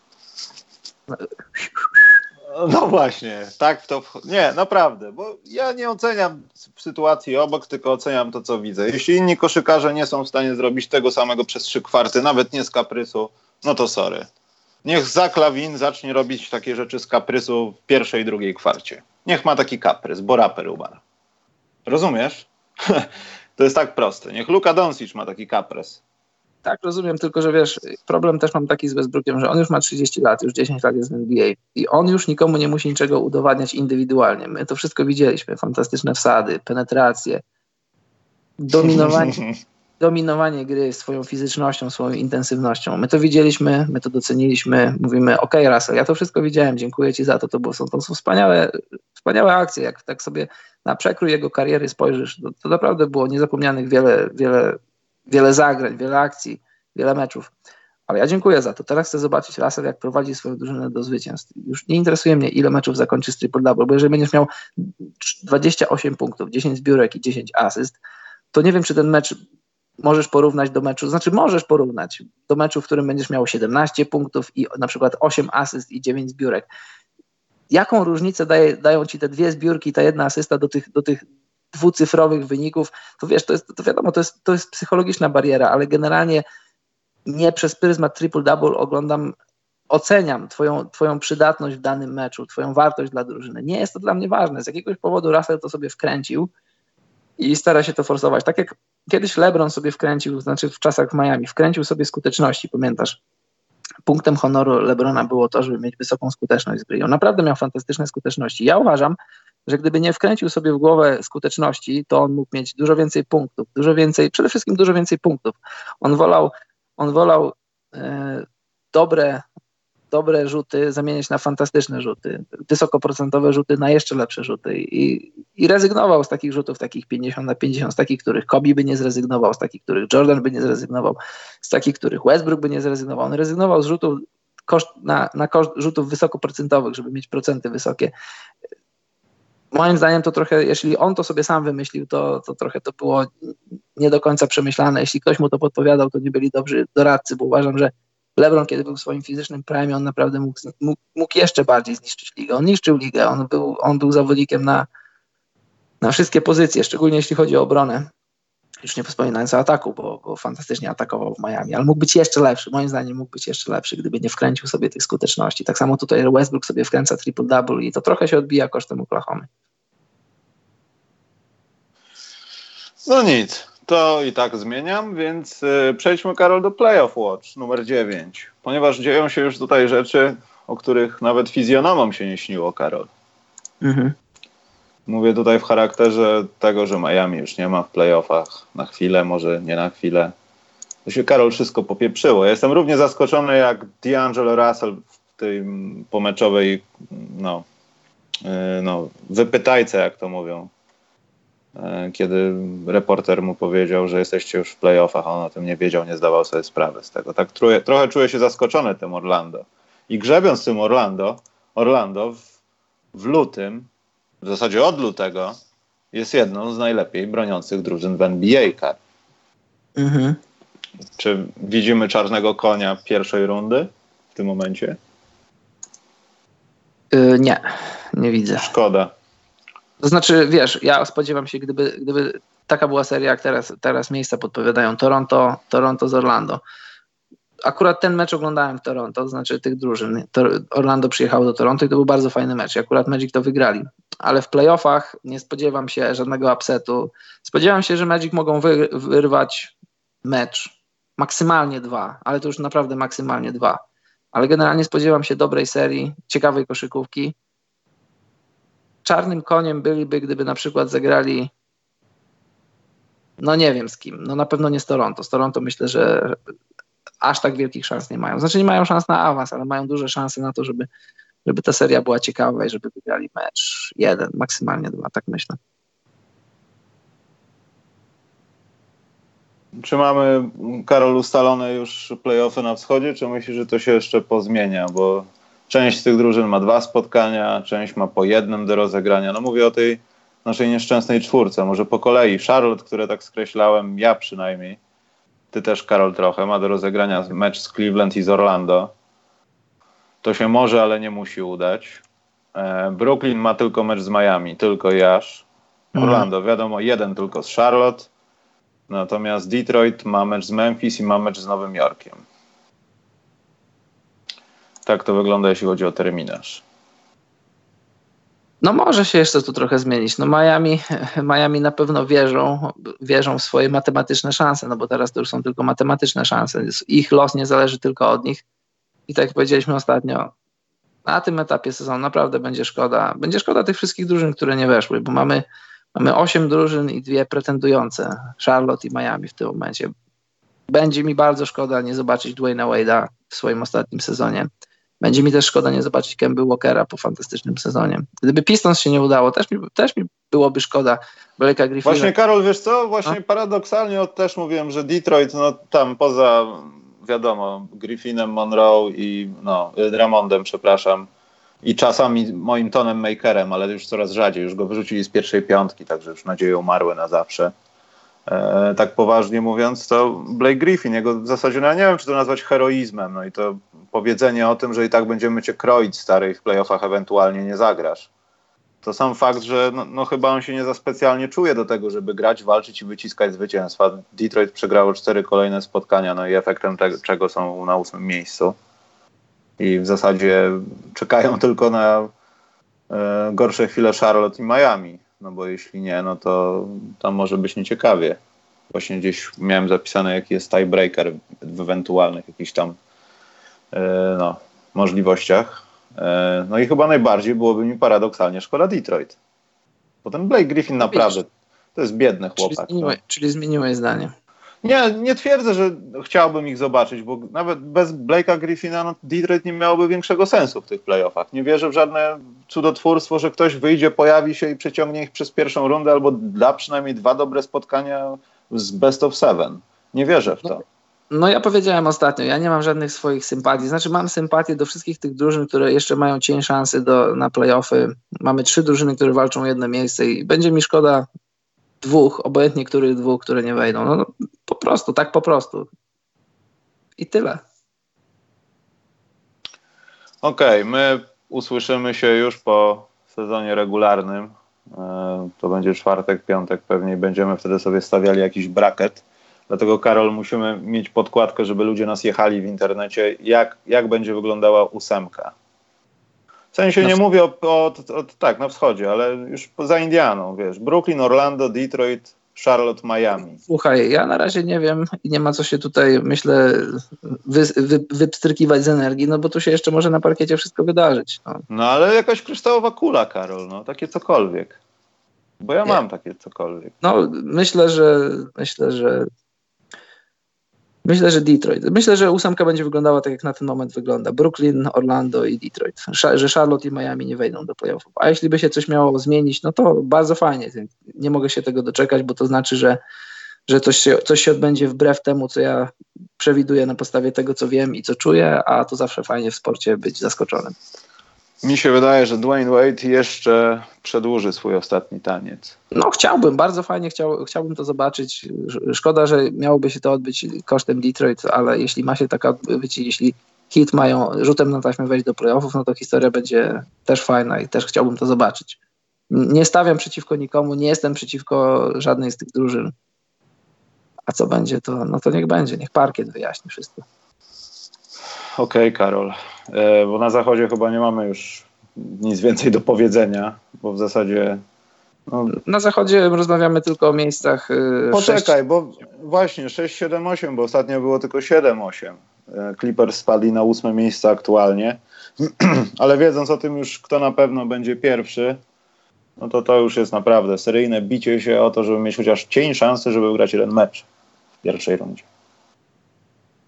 No właśnie, tak w to wchodzi. Nie, naprawdę, bo ja nie oceniam sytuacji obok, tylko oceniam to, co widzę. Jeśli inni koszykarze nie są w stanie zrobić tego samego przez trzy kwarty, nawet nie z kaprysu, no to sorry. Niech Zach LaVine zacznie robić takie rzeczy z kaprysu w pierwszej i drugiej kwarcie. Niech ma taki kaprys, bo raper umarł. Rozumiesz? To jest tak proste. Niech Luka Doncic ma taki kaprys. Tak, rozumiem, tylko że wiesz, problem też mam taki z Westbrookiem, że on już ma trzydzieści lat, już dziesięć lat jest w N B A i on już nikomu nie musi niczego udowadniać indywidualnie. My to wszystko widzieliśmy, fantastyczne wsady, penetracje, dominowanie, dominowanie gry swoją fizycznością, swoją intensywnością. My to widzieliśmy, my to doceniliśmy, mówimy, okej, okay, Russell, ja to wszystko widziałem, dziękuję ci za to, to, było, są, to są wspaniałe, wspaniałe akcje, jak tak sobie na przekrój jego kariery spojrzysz, to, to naprawdę było niezapomnianych wiele, wiele wiele zagrań, wiele akcji, wiele meczów. Ale ja dziękuję za to. Teraz chcę zobaczyć Russell, jak prowadzi swoją drużynę do zwycięstw. Już nie interesuje mnie, ile meczów zakończy z triple-double, bo jeżeli będziesz miał dwadzieścia osiem punktów, dziesięć zbiórek i dziesięć asyst, to nie wiem, czy ten mecz możesz porównać do meczu, znaczy możesz porównać do meczu, w którym będziesz miał siedemnaście punktów i na przykład osiem asyst i dziewięć zbiórek. Jaką różnicę daje, dają ci te dwie zbiórki i ta jedna asysta do tych, do tych dwucyfrowych wyników, to wiesz, to jest, to wiadomo, to jest, to jest psychologiczna bariera, ale generalnie nie przez pryzmat triple-double oglądam, oceniam twoją, twoją przydatność w danym meczu, twoją wartość dla drużyny. Nie jest to dla mnie ważne. Z jakiegoś powodu Russell to sobie wkręcił i stara się to forsować. Tak jak kiedyś LeBron sobie wkręcił, znaczy w czasach w Miami, wkręcił sobie skuteczności, pamiętasz? Punktem honoru LeBrona było to, żeby mieć wysoką skuteczność z gry. On naprawdę miał fantastyczne skuteczności. Ja uważam, że gdyby nie wkręcił sobie w głowę skuteczności, to on mógł mieć dużo więcej punktów, dużo więcej, przede wszystkim dużo więcej punktów. On wolał, on wolał e, dobre, dobre rzuty zamieniać na fantastyczne rzuty, wysokoprocentowe rzuty na jeszcze lepsze rzuty i, i rezygnował z takich rzutów, takich pięćdziesiąt na pięćdziesiąt, z takich, których Kobe by nie zrezygnował, z takich, których Jordan by nie zrezygnował, z takich, których Westbrook by nie zrezygnował. On rezygnował z rzutów koszt, na, na koszt rzutów wysokoprocentowych, żeby mieć procenty wysokie. Moim zdaniem to trochę, jeśli on to sobie sam wymyślił, to, to trochę to było nie do końca przemyślane. Jeśli ktoś mu to podpowiadał, to nie byli dobrzy doradcy, bo uważam, że LeBron, kiedy był w swoim fizycznym prime, on naprawdę mógł, mógł, mógł jeszcze bardziej zniszczyć ligę. On niszczył ligę, on był, on był zawodnikiem na, na wszystkie pozycje, szczególnie jeśli chodzi o obronę. Już nie wspominając o ataku, bo, bo fantastycznie atakował w Miami, ale mógł być jeszcze lepszy. Moim zdaniem mógł być jeszcze lepszy, gdyby nie wkręcił sobie tych skuteczności. Tak samo tutaj Westbrook sobie wkręca triple-double i to trochę się odbija kosztem Oklahomy. No nic, to i tak zmieniam, więc yy, przejdźmy, Karol, do Playoff Watch numer dziewięć. Ponieważ dzieją się już tutaj rzeczy, o których nawet fizjonomom się nie śniło, Karol. Mhm. Mówię tutaj w charakterze tego, że Miami już nie ma w playoffach na chwilę, może nie na chwilę. To się, Karol, wszystko popieprzyło. Ja jestem równie zaskoczony jak D'Angelo Russell w tej pomeczowej no, yy, no, wypytajce, jak to mówią. Yy, kiedy reporter mu powiedział, że jesteście już w playoffach, a on o tym nie wiedział, nie zdawał sobie sprawy z tego. Tak trochę, trochę czuję się zaskoczony tym Orlando. I grzebiąc tym Orlando, Orlando w, w lutym, w zasadzie od lutego, jest jedną z najlepiej broniących drużyn w N B A. Kar. Mhm. Czy widzimy czarnego konia pierwszej rundy w tym momencie? Yy, nie, nie widzę. Szkoda. To znaczy, wiesz, ja spodziewam się, gdyby, gdyby taka była seria, jak teraz, teraz miejsca podpowiadają Toronto, Toronto z Orlando. Akurat ten mecz oglądałem w Toronto, to znaczy tych drużyn. Orlando przyjechało do Toronto i to był bardzo fajny mecz. I akurat Magic to wygrali. Ale w playoffach nie spodziewam się żadnego upsetu. Spodziewam się, że Magic mogą wy, wyrwać mecz. Maksymalnie dwa, ale to już naprawdę maksymalnie dwa. Ale generalnie spodziewam się dobrej serii, ciekawej koszykówki. Czarnym koniem byliby, gdyby na przykład zagrali, no nie wiem z kim, no na pewno nie z Toronto. Z Toronto myślę, że aż tak wielkich szans nie mają. Znaczy nie mają szans na awans, ale mają duże szanse na to, żeby, żeby ta seria była ciekawa i żeby wygrali mecz jeden, maksymalnie dwa, tak myślę. Czy mamy, Karol, ustalone już play-offy na wschodzie, czy myślisz, że to się jeszcze pozmienia? Bo część z tych drużyn ma dwa spotkania, część ma po jednym do rozegrania. No mówię o tej naszej nieszczęsnej czwórce. Może po kolei. Charlotte, które tak skreślałem, ja przynajmniej, ty też, Karol, trochę, ma do rozegrania mecz z Cleveland i z Orlando. To się może, ale nie musi udać. Brooklyn ma tylko mecz z Miami, tylko i aż. Orlando, wiadomo, jeden tylko z Charlotte. Natomiast Detroit ma mecz z Memphis i ma mecz z Nowym Jorkiem. Tak to wygląda, jeśli chodzi o terminarz. No może się jeszcze tu trochę zmienić. No Miami, Miami na pewno wierzą, wierzą w swoje matematyczne szanse, no bo teraz to już są tylko matematyczne szanse. Ich los nie zależy tylko od nich. I tak jak powiedzieliśmy ostatnio, na tym etapie sezonu naprawdę będzie szkoda. Będzie szkoda tych wszystkich drużyn, które nie weszły, bo mamy Mamy osiem drużyn i dwie pretendujące, Charlotte i Miami w tym momencie. Będzie mi bardzo szkoda nie zobaczyć Dwayna Wade'a w swoim ostatnim sezonie. Będzie mi też szkoda nie zobaczyć Kemby Walkera po fantastycznym sezonie. Gdyby Pistons się nie udało, też mi, też mi byłoby szkoda Blake'a Griffina. Właśnie, Karol, wiesz co? Właśnie no? Paradoksalnie też mówiłem, że Detroit, no tam poza, wiadomo, Griffinem, Monroe i no, Drummondem, przepraszam, i czasami moim Tonem Makerem, ale już coraz rzadziej. Już go wyrzucili z pierwszej piątki, także już nadzieje umarły na zawsze. E, tak poważnie mówiąc, to Blake Griffin, jego w zasadzie, no ja nie wiem, czy to nazwać heroizmem, no i to powiedzenie o tym, że i tak będziemy cię kroić, stary, w playoffach ewentualnie nie zagrasz. To sam fakt, że no, no chyba on się nie za specjalnie czuje do tego, żeby grać, walczyć i wyciskać zwycięstwa. Detroit przegrało cztery kolejne spotkania, no i efektem te, czego są na ósmym miejscu. I w zasadzie czekają tylko na e, gorsze chwile Charlotte i Miami. No bo jeśli nie, no to tam może być nieciekawie. Właśnie gdzieś miałem zapisane, jaki jest tiebreaker w ewentualnych jakichś tam e, no, możliwościach. E, no i chyba najbardziej byłoby mi paradoksalnie szkoda Detroit. Bo ten Blake Griffin naprawdę to jest biedny chłopak. Czyli zmieniłeś, no. czyli zmieniłeś zdanie. Nie, nie twierdzę, że chciałbym ich zobaczyć, bo nawet bez Blake'a Griffina no, Detroit nie miałoby większego sensu w tych playoffach. Nie wierzę w żadne cudotwórstwo, że ktoś wyjdzie, pojawi się i przeciągnie ich przez pierwszą rundę albo da przynajmniej dwa dobre spotkania z best of seven. Nie wierzę w to. No, no ja powiedziałem ostatnio, ja nie mam żadnych swoich sympatii. Znaczy mam sympatię do wszystkich tych drużyn, które jeszcze mają cień szansy do, na playoffy. Mamy trzy drużyny, które walczą o jedno miejsce i będzie mi szkoda dwóch, obojętnie których dwóch, które nie wejdą. No, no po prostu, tak po prostu. I tyle. Okej, okay, my usłyszymy się już po sezonie regularnym. To będzie czwartek, piątek pewnie, będziemy wtedy sobie stawiali jakiś bracket. Dlatego, Karol, musimy mieć podkładkę, żeby ludzie nas jechali w internecie, jak, jak będzie wyglądała ósemka. W sensie nie mówię o, o, o, tak, na wschodzie, ale już poza Indianą, wiesz, Brooklyn, Orlando, Detroit, Charlotte, Miami. Słuchaj, ja na razie nie wiem i nie ma co się tutaj, myślę, wy, wy, wypstrykiwać z energii, no bo tu się jeszcze może na parkiecie wszystko wydarzyć. No, no ale jakaś kryształowa kula, Karol, no takie cokolwiek. Bo ja nie. mam takie cokolwiek. No myślę, że myślę, że Myślę, że Detroit. Myślę, że ósemka będzie wyglądała tak, jak na ten moment wygląda. Brooklyn, Orlando i Detroit. Że Charlotte i Miami nie wejdą do playoffów. A jeśli by się coś miało zmienić, no to bardzo fajnie. Nie mogę się tego doczekać, bo to znaczy, że, że coś, się, coś się odbędzie wbrew temu, co ja przewiduję na podstawie tego, co wiem i co czuję, a to zawsze fajnie w sporcie być zaskoczonym. Mi się wydaje, że Dwayne Wade jeszcze przedłuży swój ostatni taniec. No chciałbym, bardzo fajnie chciał, chciałbym to zobaczyć. Szkoda, że miałoby się to odbyć kosztem Detroit, ale jeśli ma się taka odbyć, jeśli Heat mają rzutem na taśmę wejść do playoffów, no to historia będzie też fajna i też chciałbym to zobaczyć. Nie stawiam przeciwko nikomu, nie jestem przeciwko żadnej z tych drużyn. A co będzie, to, no to niech będzie, niech parkiet wyjaśni wszystko. Okej, okay, Karol, e, bo na zachodzie chyba nie mamy już nic więcej do powiedzenia, bo w zasadzie... No... Na zachodzie rozmawiamy tylko o miejscach... Yy, Poczekaj, sześć... bo właśnie sześć, siedem, osiem, bo ostatnio było tylko siedem, osiem. E, Clippers spadli na ósme miejsce aktualnie, ale wiedząc o tym już, kto na pewno będzie pierwszy, no to to już jest naprawdę seryjne bicie się o to, żeby mieć chociaż cień szansy, żeby wygrać jeden mecz w pierwszej rundzie.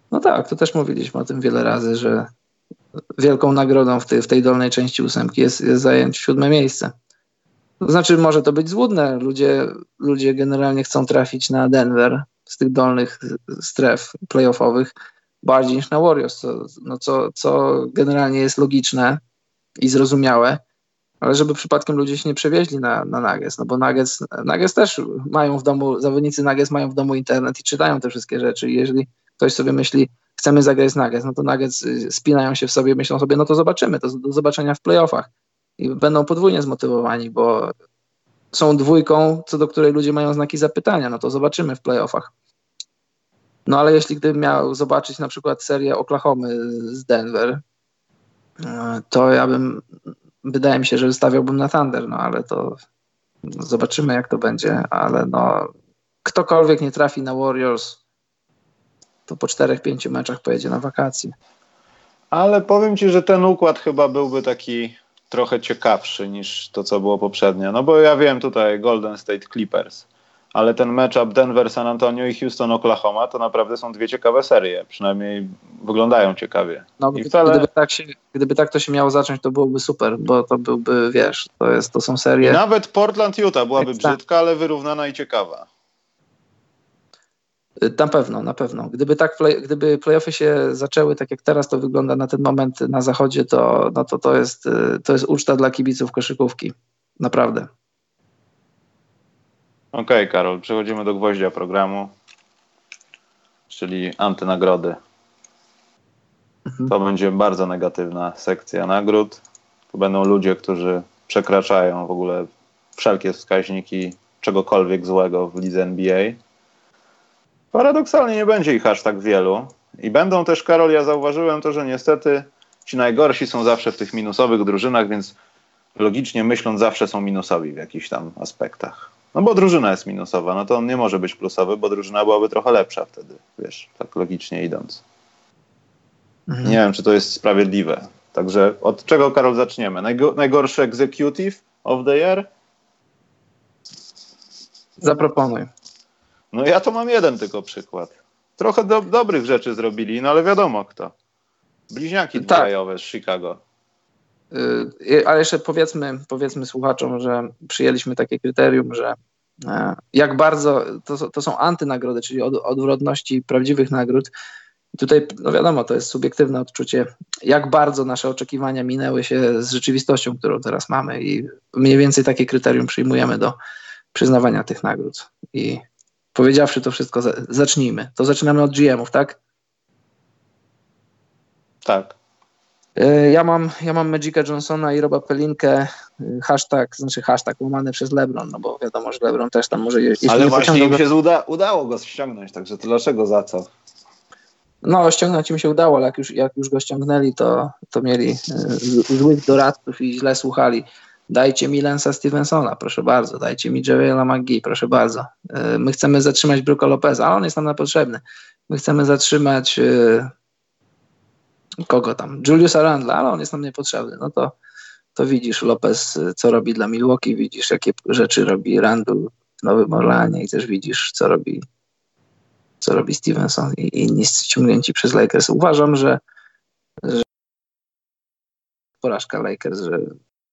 No tak, to też mówiliśmy o tym wiele razy, że wielką nagrodą w tej, w tej dolnej części ósemki jest, jest zająć siódme miejsce. To znaczy, może to być złudne. Ludzie, ludzie generalnie chcą trafić na Denver z tych dolnych stref playoffowych bardziej niż na Warriors, co, no co, co generalnie jest logiczne i zrozumiałe, ale żeby przypadkiem ludzie się nie przewieźli na, na Nuggets, no bo Nuggets, Nuggets też mają w domu, zawodnicy Nuggets mają w domu internet i czytają te wszystkie rzeczy i jeżeli ktoś sobie myśli, chcemy zagrać z Nuggets, no to Nuggets spinają się w sobie, myślą sobie, no to zobaczymy, to do zobaczenia w playoffach i będą podwójnie zmotywowani, bo są dwójką, co do której ludzie mają znaki zapytania, no to zobaczymy w playoffach. No ale jeśli gdybym miał zobaczyć na przykład serię Oklahomy z Denver, to ja bym, wydaje mi się, że stawiałbym na Thunder, no ale to zobaczymy jak to będzie, ale no ktokolwiek nie trafi na Warriors, to po czterech, pięciu meczach pojedzie na wakacje. Ale powiem ci, że ten układ chyba byłby taki trochę ciekawszy niż to, co było poprzednio. No bo ja wiem tutaj Golden State Clippers, ale ten matchup Denver, San Antonio i Houston, Oklahoma to naprawdę są dwie ciekawe serie. Przynajmniej wyglądają ciekawie. No, I gdyby, wcale... gdyby, tak się, gdyby tak to się miało zacząć, to byłoby super, bo to byłby, wiesz, to, jest, to są serie... I nawet Portland-Utah byłaby Ekstra. brzydka, ale wyrównana i ciekawa. Na pewno, na pewno. Gdyby tak play, gdyby playoffy się zaczęły tak jak teraz to wygląda na ten moment na zachodzie, to, no to, to, jest, to jest uczta dla kibiców koszykówki. Naprawdę. Okej, okay, Karol, przechodzimy do gwoździa programu, czyli antynagrody. Mhm. To będzie bardzo negatywna sekcja nagród. To będą ludzie, którzy przekraczają w ogóle wszelkie wskaźniki czegokolwiek złego w lidze N B A. Paradoksalnie nie będzie ich aż tak wielu. I będą też, Karol, ja zauważyłem to, że niestety ci najgorsi są zawsze w tych minusowych drużynach, więc logicznie myśląc zawsze są minusowi w jakichś tam aspektach. No bo drużyna jest minusowa, no to on nie może być plusowy, bo drużyna byłaby trochę lepsza wtedy, wiesz, tak logicznie idąc. Mhm. Nie wiem, czy to jest sprawiedliwe. Także od czego, Karol, zaczniemy? Najgo- najgorszy executive of the year? Zaproponuj. No ja to mam jeden tylko przykład. Trochę do, dobrych rzeczy zrobili, no ale wiadomo kto. Bliźniaki dwujajowe tak. z Chicago. Yy, ale jeszcze powiedzmy, powiedzmy słuchaczom, że przyjęliśmy takie kryterium, że e, jak bardzo, to, to są antynagrody, czyli od, odwrotności prawdziwych nagród. I tutaj, no wiadomo, to jest subiektywne odczucie, jak bardzo nasze oczekiwania minęły się z rzeczywistością, którą teraz mamy i mniej więcej takie kryterium przyjmujemy do przyznawania tych nagród. I powiedziawszy to wszystko, zacznijmy. To zaczynamy od G M-ów, tak? Tak. Ja mam, ja mam Magica Johnsona i Roba Pelinkę, hashtag, znaczy hashtag łamany przez LeBron, no bo wiadomo, że LeBron też tam może... Ale właśnie im się go... uda, udało go ściągnąć, także to dlaczego za co? No, ściągnąć im się udało, ale jak już, jak już go ściągnęli, to, to mieli złych doradców i źle słuchali. Dajcie mi Lance'a Stevensona, proszę bardzo. Dajcie mi Javela McGee, proszę bardzo. My chcemy zatrzymać Brooka Lopeza, ale on jest nam niepotrzebny. My chcemy zatrzymać yy, kogo tam? Juliusa Randla, ale on jest nam niepotrzebny. No to, to widzisz Lopez, co robi dla Milwaukee, widzisz, jakie rzeczy robi Randle w Nowym Orleanie i też widzisz, co robi co robi Stevenson i inni ściągnięci przez Lakers. Uważam, że, że porażka Lakers, że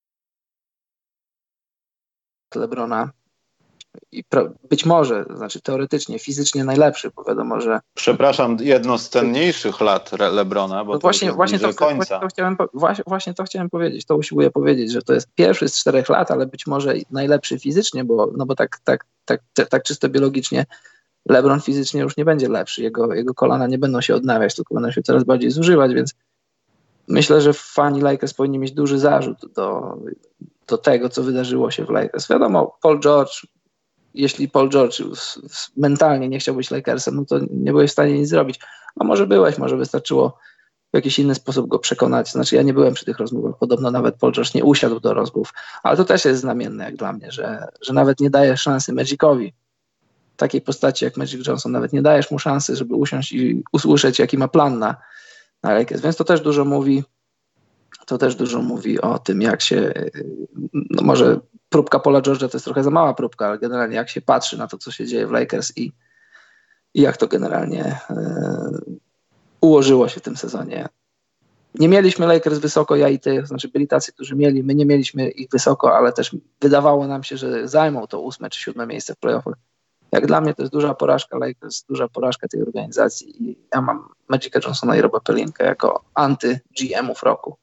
LeBrona i pro, być może, znaczy teoretycznie, fizycznie najlepszy, bo wiadomo, że... Przepraszam, jedno z cenniejszych lat LeBrona, bo no właśnie, właśnie, to, końca. Właśnie, to chciałem, właśnie, właśnie to chciałem powiedzieć, to usiłuję powiedzieć, że to jest pierwszy z czterech lat, ale być może najlepszy fizycznie, bo, no bo tak, tak, tak, tak czysto biologicznie LeBron fizycznie już nie będzie lepszy, jego, jego kolana nie będą się odnawiać, tylko będą się coraz bardziej zużywać, więc myślę, że fani Lakers powinni mieć duży zarzut do, do tego, co wydarzyło się w Lakers. Wiadomo, Paul George, jeśli Paul George mentalnie nie chciał być Lakersem, no to nie byłeś w stanie nic zrobić. A może byłeś, może wystarczyło w jakiś inny sposób go przekonać. Znaczy ja nie byłem przy tych rozmowach, podobno nawet Paul George nie usiadł do rozmów, ale to też jest znamienne jak dla mnie, że, że nawet nie daje szansy Magicowi. Takiej postaci jak Magic Johnson, nawet nie dajesz mu szansy, żeby usiąść i usłyszeć, jaki ma plan na, na Lakers. Więc to też dużo mówi, to też dużo mówi o tym, jak się, no może próbka Paula George'a to jest trochę za mała próbka, ale generalnie jak się patrzy na to, co się dzieje w Lakers i, i jak to generalnie e, ułożyło się w tym sezonie. Nie mieliśmy Lakers wysoko, ja i ty, znaczy byli tacy, którzy mieli, my nie mieliśmy ich wysoko, ale też wydawało nam się, że zajmą to ósme czy siódme miejsce w playoffach. Jak dla mnie to jest duża porażka Lakers, duża porażka tej organizacji i ja mam Magica Johnsona i Roba Pelinkę jako anty-G M-ów roku.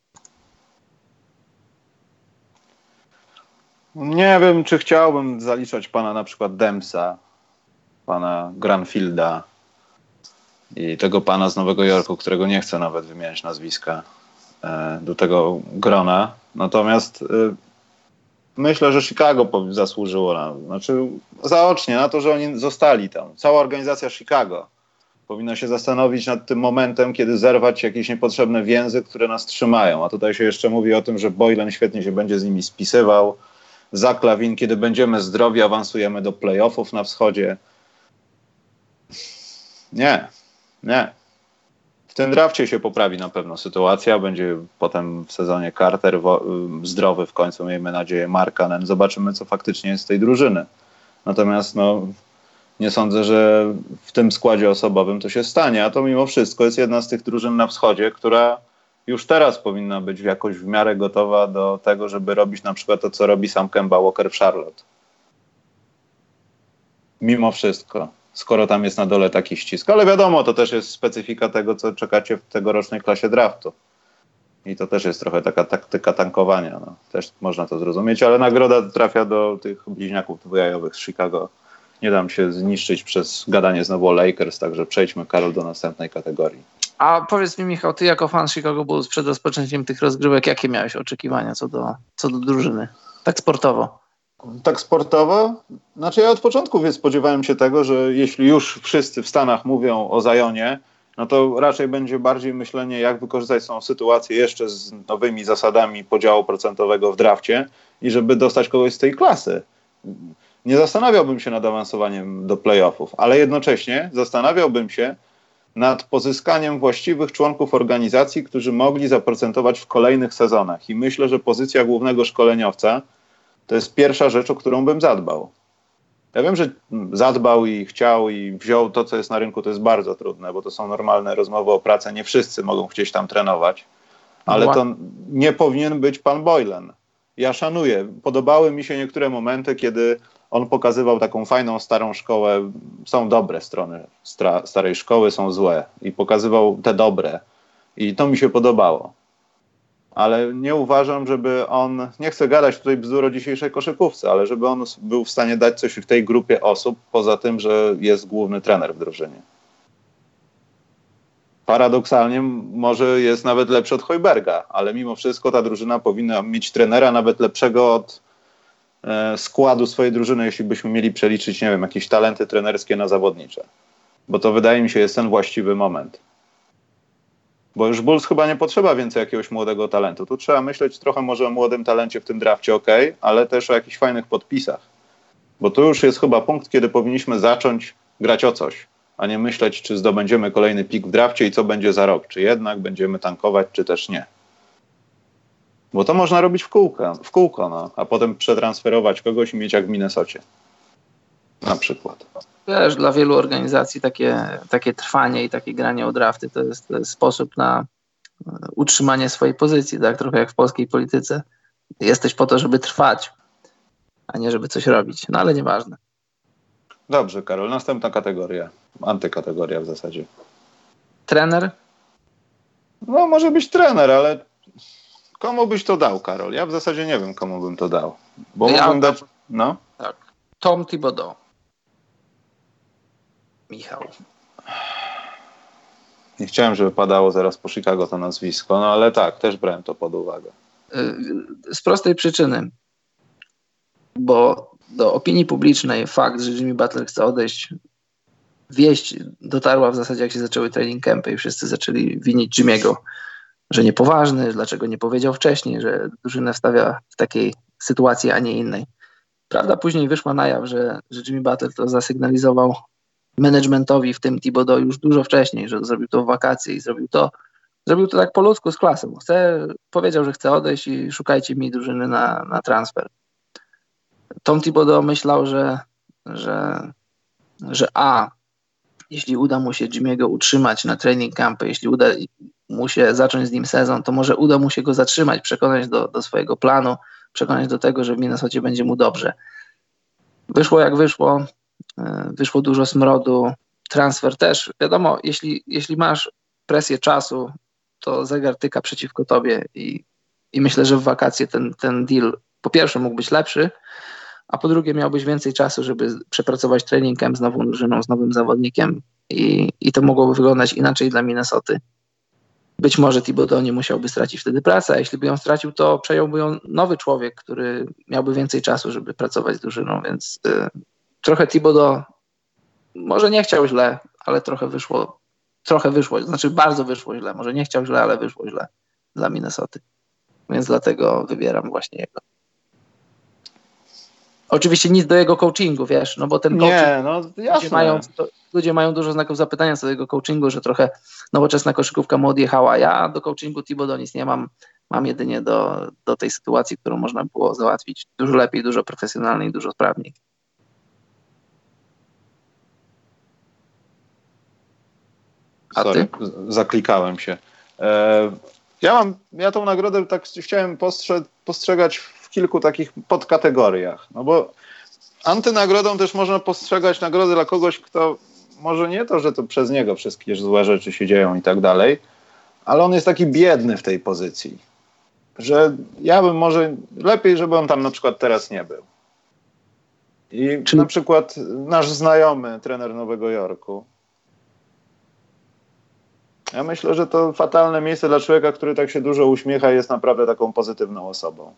Nie wiem, czy chciałbym zaliczać pana na przykład Demsa, pana Granfielda i tego pana z Nowego Jorku, którego nie chcę nawet wymieniać nazwiska, do tego grona. Natomiast myślę, że Chicago zasłużyło na, znaczy zaocznie na to, że oni zostali tam. Cała organizacja Chicago powinna się zastanowić nad tym momentem, kiedy zerwać jakieś niepotrzebne więzy, które nas trzymają. A tutaj się jeszcze mówi o tym, że Boylen świetnie się będzie z nimi spisywał. Zach LaVine, kiedy będziemy zdrowi, awansujemy do playoffów na wschodzie. Nie, nie. W tym drafcie się poprawi na pewno sytuacja. Będzie potem w sezonie Carter zdrowy w końcu, miejmy nadzieję, Markkanen. Zobaczymy, co faktycznie jest z tej drużyny. Natomiast no, nie sądzę, że w tym składzie osobowym to się stanie. A to mimo wszystko jest jedna z tych drużyn na wschodzie, która już teraz powinna być jakoś w miarę gotowa do tego, żeby robić na przykład to, co robi sam Kemba Walker w Charlotte. Mimo wszystko. Skoro tam jest na dole taki ścisk. Ale wiadomo, to też jest specyfika tego, co czekacie w tegorocznej klasie draftu. I to też jest trochę taka taktyka tankowania. No. Też można to zrozumieć, ale nagroda trafia do tych bliźniaków dwujajowych z Chicago. Nie dam się zniszczyć przez gadanie znowu o Lakers, także przejdźmy, Karol, do następnej kategorii. A powiedz mi, Michał, ty jako fan Chicago Bulls przed rozpoczęciem tych rozgrywek, jakie miałeś oczekiwania co do, co do drużyny? Tak sportowo. Tak sportowo? Znaczy ja od początku więc spodziewałem się tego, że jeśli już wszyscy w Stanach mówią o Zionie, no to raczej będzie bardziej myślenie, jak wykorzystać tą sytuację jeszcze z nowymi zasadami podziału procentowego w drafcie i żeby dostać kogoś z tej klasy. Nie zastanawiałbym się nad awansowaniem do playoffów, ale jednocześnie zastanawiałbym się nad pozyskaniem właściwych członków organizacji, którzy mogli zaprocentować w kolejnych sezonach. I myślę, że pozycja głównego szkoleniowca to jest pierwsza rzecz, o którą bym zadbał. Ja wiem, że zadbał i chciał i wziął to, co jest na rynku, to jest bardzo trudne, bo to są normalne rozmowy o pracę. Nie wszyscy mogą chcieć tam trenować, ale to nie powinien być pan Boylen. Ja szanuję. Podobały mi się niektóre momenty, kiedy on pokazywał taką fajną, starą szkołę. Są dobre strony stra- starej szkoły, są złe. I pokazywał te dobre. I to mi się podobało. Ale nie uważam, żeby on, nie chcę gadać tutaj bzdur o dzisiejszej koszykówce, ale żeby on był w stanie dać coś w tej grupie osób, poza tym, że jest główny trener w drużynie. Paradoksalnie może jest nawet lepszy od Hoiberga, ale mimo wszystko ta drużyna powinna mieć trenera nawet lepszego od e, składu swojej drużyny, jeśli byśmy mieli przeliczyć, nie wiem, jakieś talenty trenerskie na zawodnicze. Bo to wydaje mi się jest ten właściwy moment. Bo już Bulls chyba nie potrzeba więcej jakiegoś młodego talentu. Tu trzeba myśleć trochę może o młodym talencie w tym drafcie, ok, ale też o jakichś fajnych podpisach. Bo tu już jest chyba punkt, kiedy powinniśmy zacząć grać o coś, a nie myśleć, czy zdobędziemy kolejny pik w drafcie i co będzie za rok. Czy jednak będziemy tankować, czy też nie. Bo to można robić w kółko, w kółko no, a potem przetransferować kogoś i mieć jak w Minnesocie. Na przykład. Wiesz, dla wielu organizacji takie, takie trwanie i takie granie o drafty to jest, to jest sposób na utrzymanie swojej pozycji, tak? Trochę jak w polskiej polityce. Jesteś po to, żeby trwać, a nie żeby coś robić. No ale nieważne. Dobrze, Karol. Następna kategoria. Antykategoria w zasadzie. Trener? No może być trener, ale komu byś to dał, Karol? Ja w zasadzie nie wiem, komu bym to dał. Bo ja mógłbym dać... No? Tak. Tom Thibodeau. Michał. Nie chciałem, żeby padało zaraz po Chicago to nazwisko, no ale tak, też brałem to pod uwagę. Z prostej przyczyny, bo do opinii publicznej fakt, że Jimmy Butler chce odejść, wieść dotarła w zasadzie jak się zaczęły training campy i wszyscy zaczęli winić Jimmy'ego, że niepoważny, dlaczego nie powiedział wcześniej, że drużynę wstawia w takiej sytuacji, a nie innej. Prawda później wyszła na jaw, że, że Jimmy Butler to zasygnalizował managementowi, w tym Thibodeau, już dużo wcześniej, że zrobił to w wakacje i zrobił to zrobił to tak po ludzku z klasą. Chce, powiedział, że chce odejść i szukajcie mi drużyny na, na transfer. Tom Thibodeau myślał, że, że, że a, jeśli uda mu się Jimmy'ego utrzymać na training campy, jeśli uda mu się zacząć z nim sezon, to może uda mu się go zatrzymać, przekonać do, do swojego planu, przekonać do tego, że w Minnesocie będzie mu dobrze. Wyszło jak wyszło, wyszło dużo smrodu, transfer też. Wiadomo, jeśli, jeśli masz presję czasu, to zegar tyka przeciwko tobie i, i myślę, że w wakacje ten, ten deal po pierwsze mógł być lepszy, a po drugie miałbyś więcej czasu, żeby przepracować training camp z nową drużyną, z nowym zawodnikiem i, i to mogłoby wyglądać inaczej dla Minnesoty. Być może Thibodeau nie musiałby stracić wtedy pracę, a jeśli by ją stracił, to przejąłby ją nowy człowiek, który miałby więcej czasu, żeby pracować z drużyną, więc y, trochę Thibodeau może nie chciał źle, ale trochę wyszło, trochę wyszło, znaczy bardzo wyszło źle, może nie chciał źle, ale wyszło źle dla Minnesoty, więc dlatego wybieram właśnie jego. Oczywiście nic do jego coachingu, wiesz, no bo ten coaching, nie, no jasne. Ludzie mają, to, ludzie mają dużo znaków zapytania co do jego coachingu, że trochę nowoczesna koszykówka mu odjechała. Ja do coachingu Thibodeau nic nie mam, mam jedynie do, do tej sytuacji, którą można było załatwić dużo lepiej, dużo profesjonalniej, dużo sprawniej. A Sorry, ty? Zaklikałem się. E, ja mam, ja tą nagrodę tak chciałem postrze- postrzegać w kilku takich podkategoriach, no bo antynagrodą też można postrzegać nagrodę dla kogoś, kto może nie to, że to przez niego wszystkie złe rzeczy się dzieją i tak dalej, ale on jest taki biedny w tej pozycji, że ja bym może lepiej, żeby on tam na przykład teraz nie był. I Czy... na przykład nasz znajomy, trener Nowego Jorku, ja myślę, że to fatalne miejsce dla człowieka, który tak się dużo uśmiecha i jest naprawdę taką pozytywną osobą.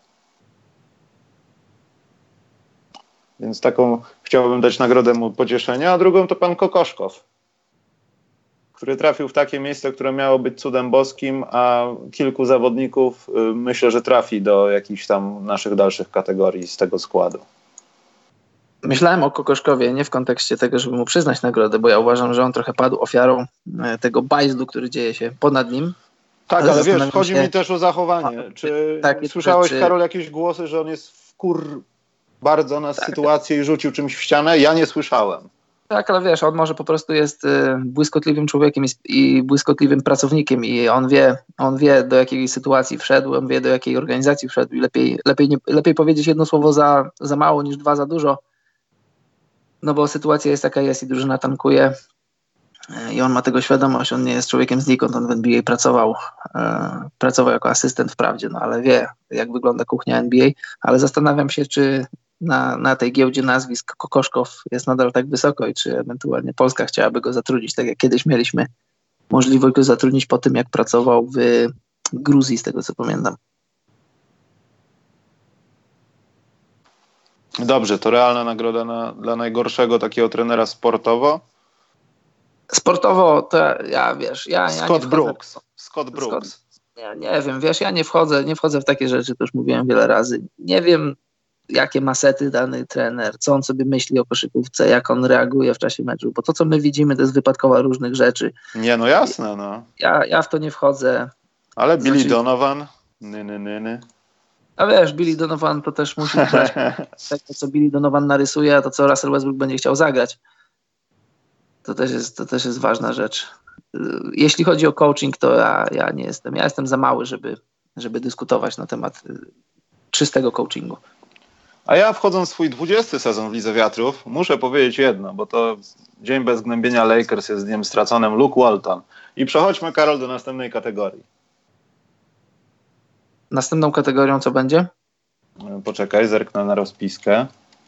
Więc taką chciałbym dać nagrodę mu pocieszenia, a drugą to pan Kokoszkow, który trafił w takie miejsce, które miało być cudem boskim, a kilku zawodników y, myślę, że trafi do jakichś tam naszych dalszych kategorii z tego składu. Myślałem o Kokoszkowie nie w kontekście tego, żeby mu przyznać nagrodę, bo ja uważam, że on trochę padł ofiarą tego bajzlu, który dzieje się ponad nim. Tak, ale, ale wiesz, chodzi się... mi też o zachowanie. Czy tak, słyszałeś, czy... Karol, jakieś głosy, że on jest wkur bardzo na tak. sytuację i rzucił czymś w ścianę? Ja nie słyszałem. Tak, ale wiesz, on może po prostu jest y, błyskotliwym człowiekiem i, i błyskotliwym pracownikiem i on wie, on wie, do jakiej sytuacji wszedł, on wie, do jakiej organizacji wszedł i lepiej, lepiej, nie, lepiej powiedzieć jedno słowo za, za mało niż dwa za dużo. No bo sytuacja jest taka jest i drużyna tankuje i on ma tego świadomość, on nie jest człowiekiem znikąd, on w N B A pracował, e, pracował jako asystent wprawdzie, no ale wie, jak wygląda kuchnia N B A, ale zastanawiam się, czy na, na tej giełdzie nazwisk Kokoszkow jest nadal tak wysoko i czy ewentualnie Polska chciałaby go zatrudnić, tak jak kiedyś mieliśmy możliwość go zatrudnić po tym, jak pracował w Gruzji, z tego co pamiętam. Dobrze, to realna nagroda na, dla najgorszego takiego trenera sportowo? Sportowo to ja, wiesz, ja, ja Scott nie Brooks. W... Scott Brooks. Scott, ja nie wiem, wiesz, ja nie wchodzę, nie wchodzę w takie rzeczy, to już mówiłem wiele razy. Nie wiem, jakie masety dany trener, co on sobie myśli o koszykówce, jak on reaguje w czasie meczu, bo to, co my widzimy, to jest wypadkowa różnych rzeczy. Nie, no jasne, no. Ja, ja w to nie wchodzę. Ale Billy znaczy... Donovan, ny, ny, ny, ny. A wiesz, Billy Donovan to też musi grać tego, co Billy Donovan narysuje, a to, co Russell Westbrook będzie chciał zagrać. To też jest, to też jest ważna rzecz. Jeśli chodzi o coaching, to ja, ja nie jestem. Ja jestem za mały, żeby, żeby dyskutować na temat czystego coachingu. A ja wchodząc w swój dwudziesty sezon w Lidze Wiatrów, muszę powiedzieć jedno, bo to dzień bez gnębienia Lakers jest dniem straconym. Luke Walton. I przechodźmy, Karol, do następnej kategorii. Następną kategorią co będzie? Poczekaj, zerknę na rozpiskę.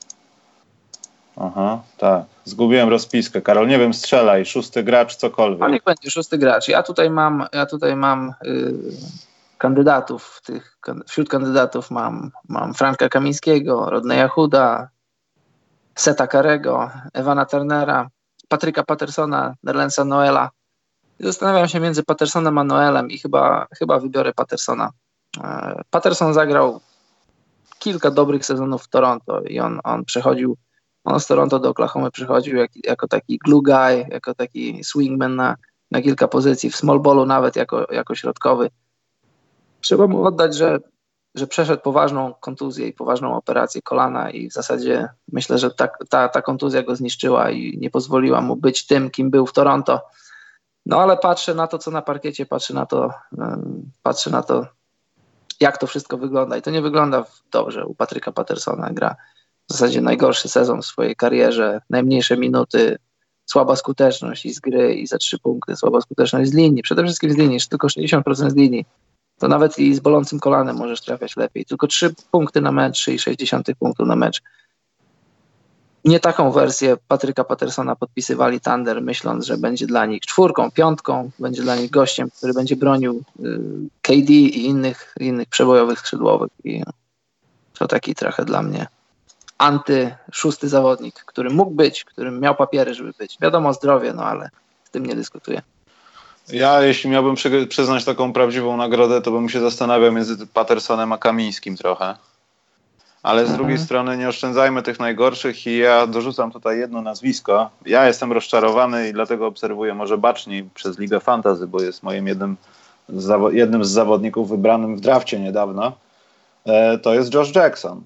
Aha, tak. Zgubiłem rozpiskę. Karol, nie wiem, strzelaj. Szósty gracz, cokolwiek. A niech będzie szósty gracz. Ja tutaj mam, ja tutaj mam yy, kandydatów. Tych, wśród kandydatów mam, mam Franka Kamińskiego, Rodneya Hooda, Seta Karego, Evana Turnera, Patryka Pattersona, Nerlensa Noela. I zastanawiam się między Pattersonem a Noelem i chyba, chyba wybiorę Pattersona. Patterson zagrał kilka dobrych sezonów w Toronto i on, on przechodził, on z Toronto do Oklahomy przychodził jak, jako taki glue guy, jako taki swingman na, na kilka pozycji, w small ballu nawet jako, jako środkowy. Trzeba mu oddać, że że przeszedł poważną kontuzję i poważną operację kolana i w zasadzie myślę, że ta, ta, ta kontuzja go zniszczyła i nie pozwoliła mu być tym, kim był w Toronto. No ale patrzę na to, co na parkiecie, patrzę na to, um, patrzę na to, jak to wszystko wygląda i to nie wygląda dobrze. U Patryka Pattersona gra w zasadzie najgorszy sezon w swojej karierze, najmniejsze minuty, słaba skuteczność i z gry, i za trzy punkty, słaba skuteczność z linii, przede wszystkim z linii, tylko sześćdziesiąt procent z linii. To nawet i z bolącym kolanem możesz trafiać lepiej. Tylko trzy punkty na mecz, trzy przecinek sześć punktów na mecz. Nie taką wersję Patryka Pattersona podpisywali Thunder, myśląc, że będzie dla nich czwórką, piątką, będzie dla nich gościem, który będzie bronił K D i innych, innych przebojowych skrzydłowych. I to taki trochę dla mnie anty szósty zawodnik, który mógł być, którym miał papiery, żeby być. Wiadomo, zdrowie, no ale z tym nie dyskutuję. Ja, jeśli miałbym przy, przyznać taką prawdziwą nagrodę, to bym się zastanawiał między Pattersonem a Kamińskim trochę. Ale z mhm. drugiej strony nie oszczędzajmy tych najgorszych i ja dorzucam tutaj jedno nazwisko. Ja jestem rozczarowany i dlatego obserwuję może baczniej przez Ligę Fantasy, bo jest moim jednym z, zawo- jednym z zawodników wybranym w drafcie niedawno. E, to jest Josh Jackson.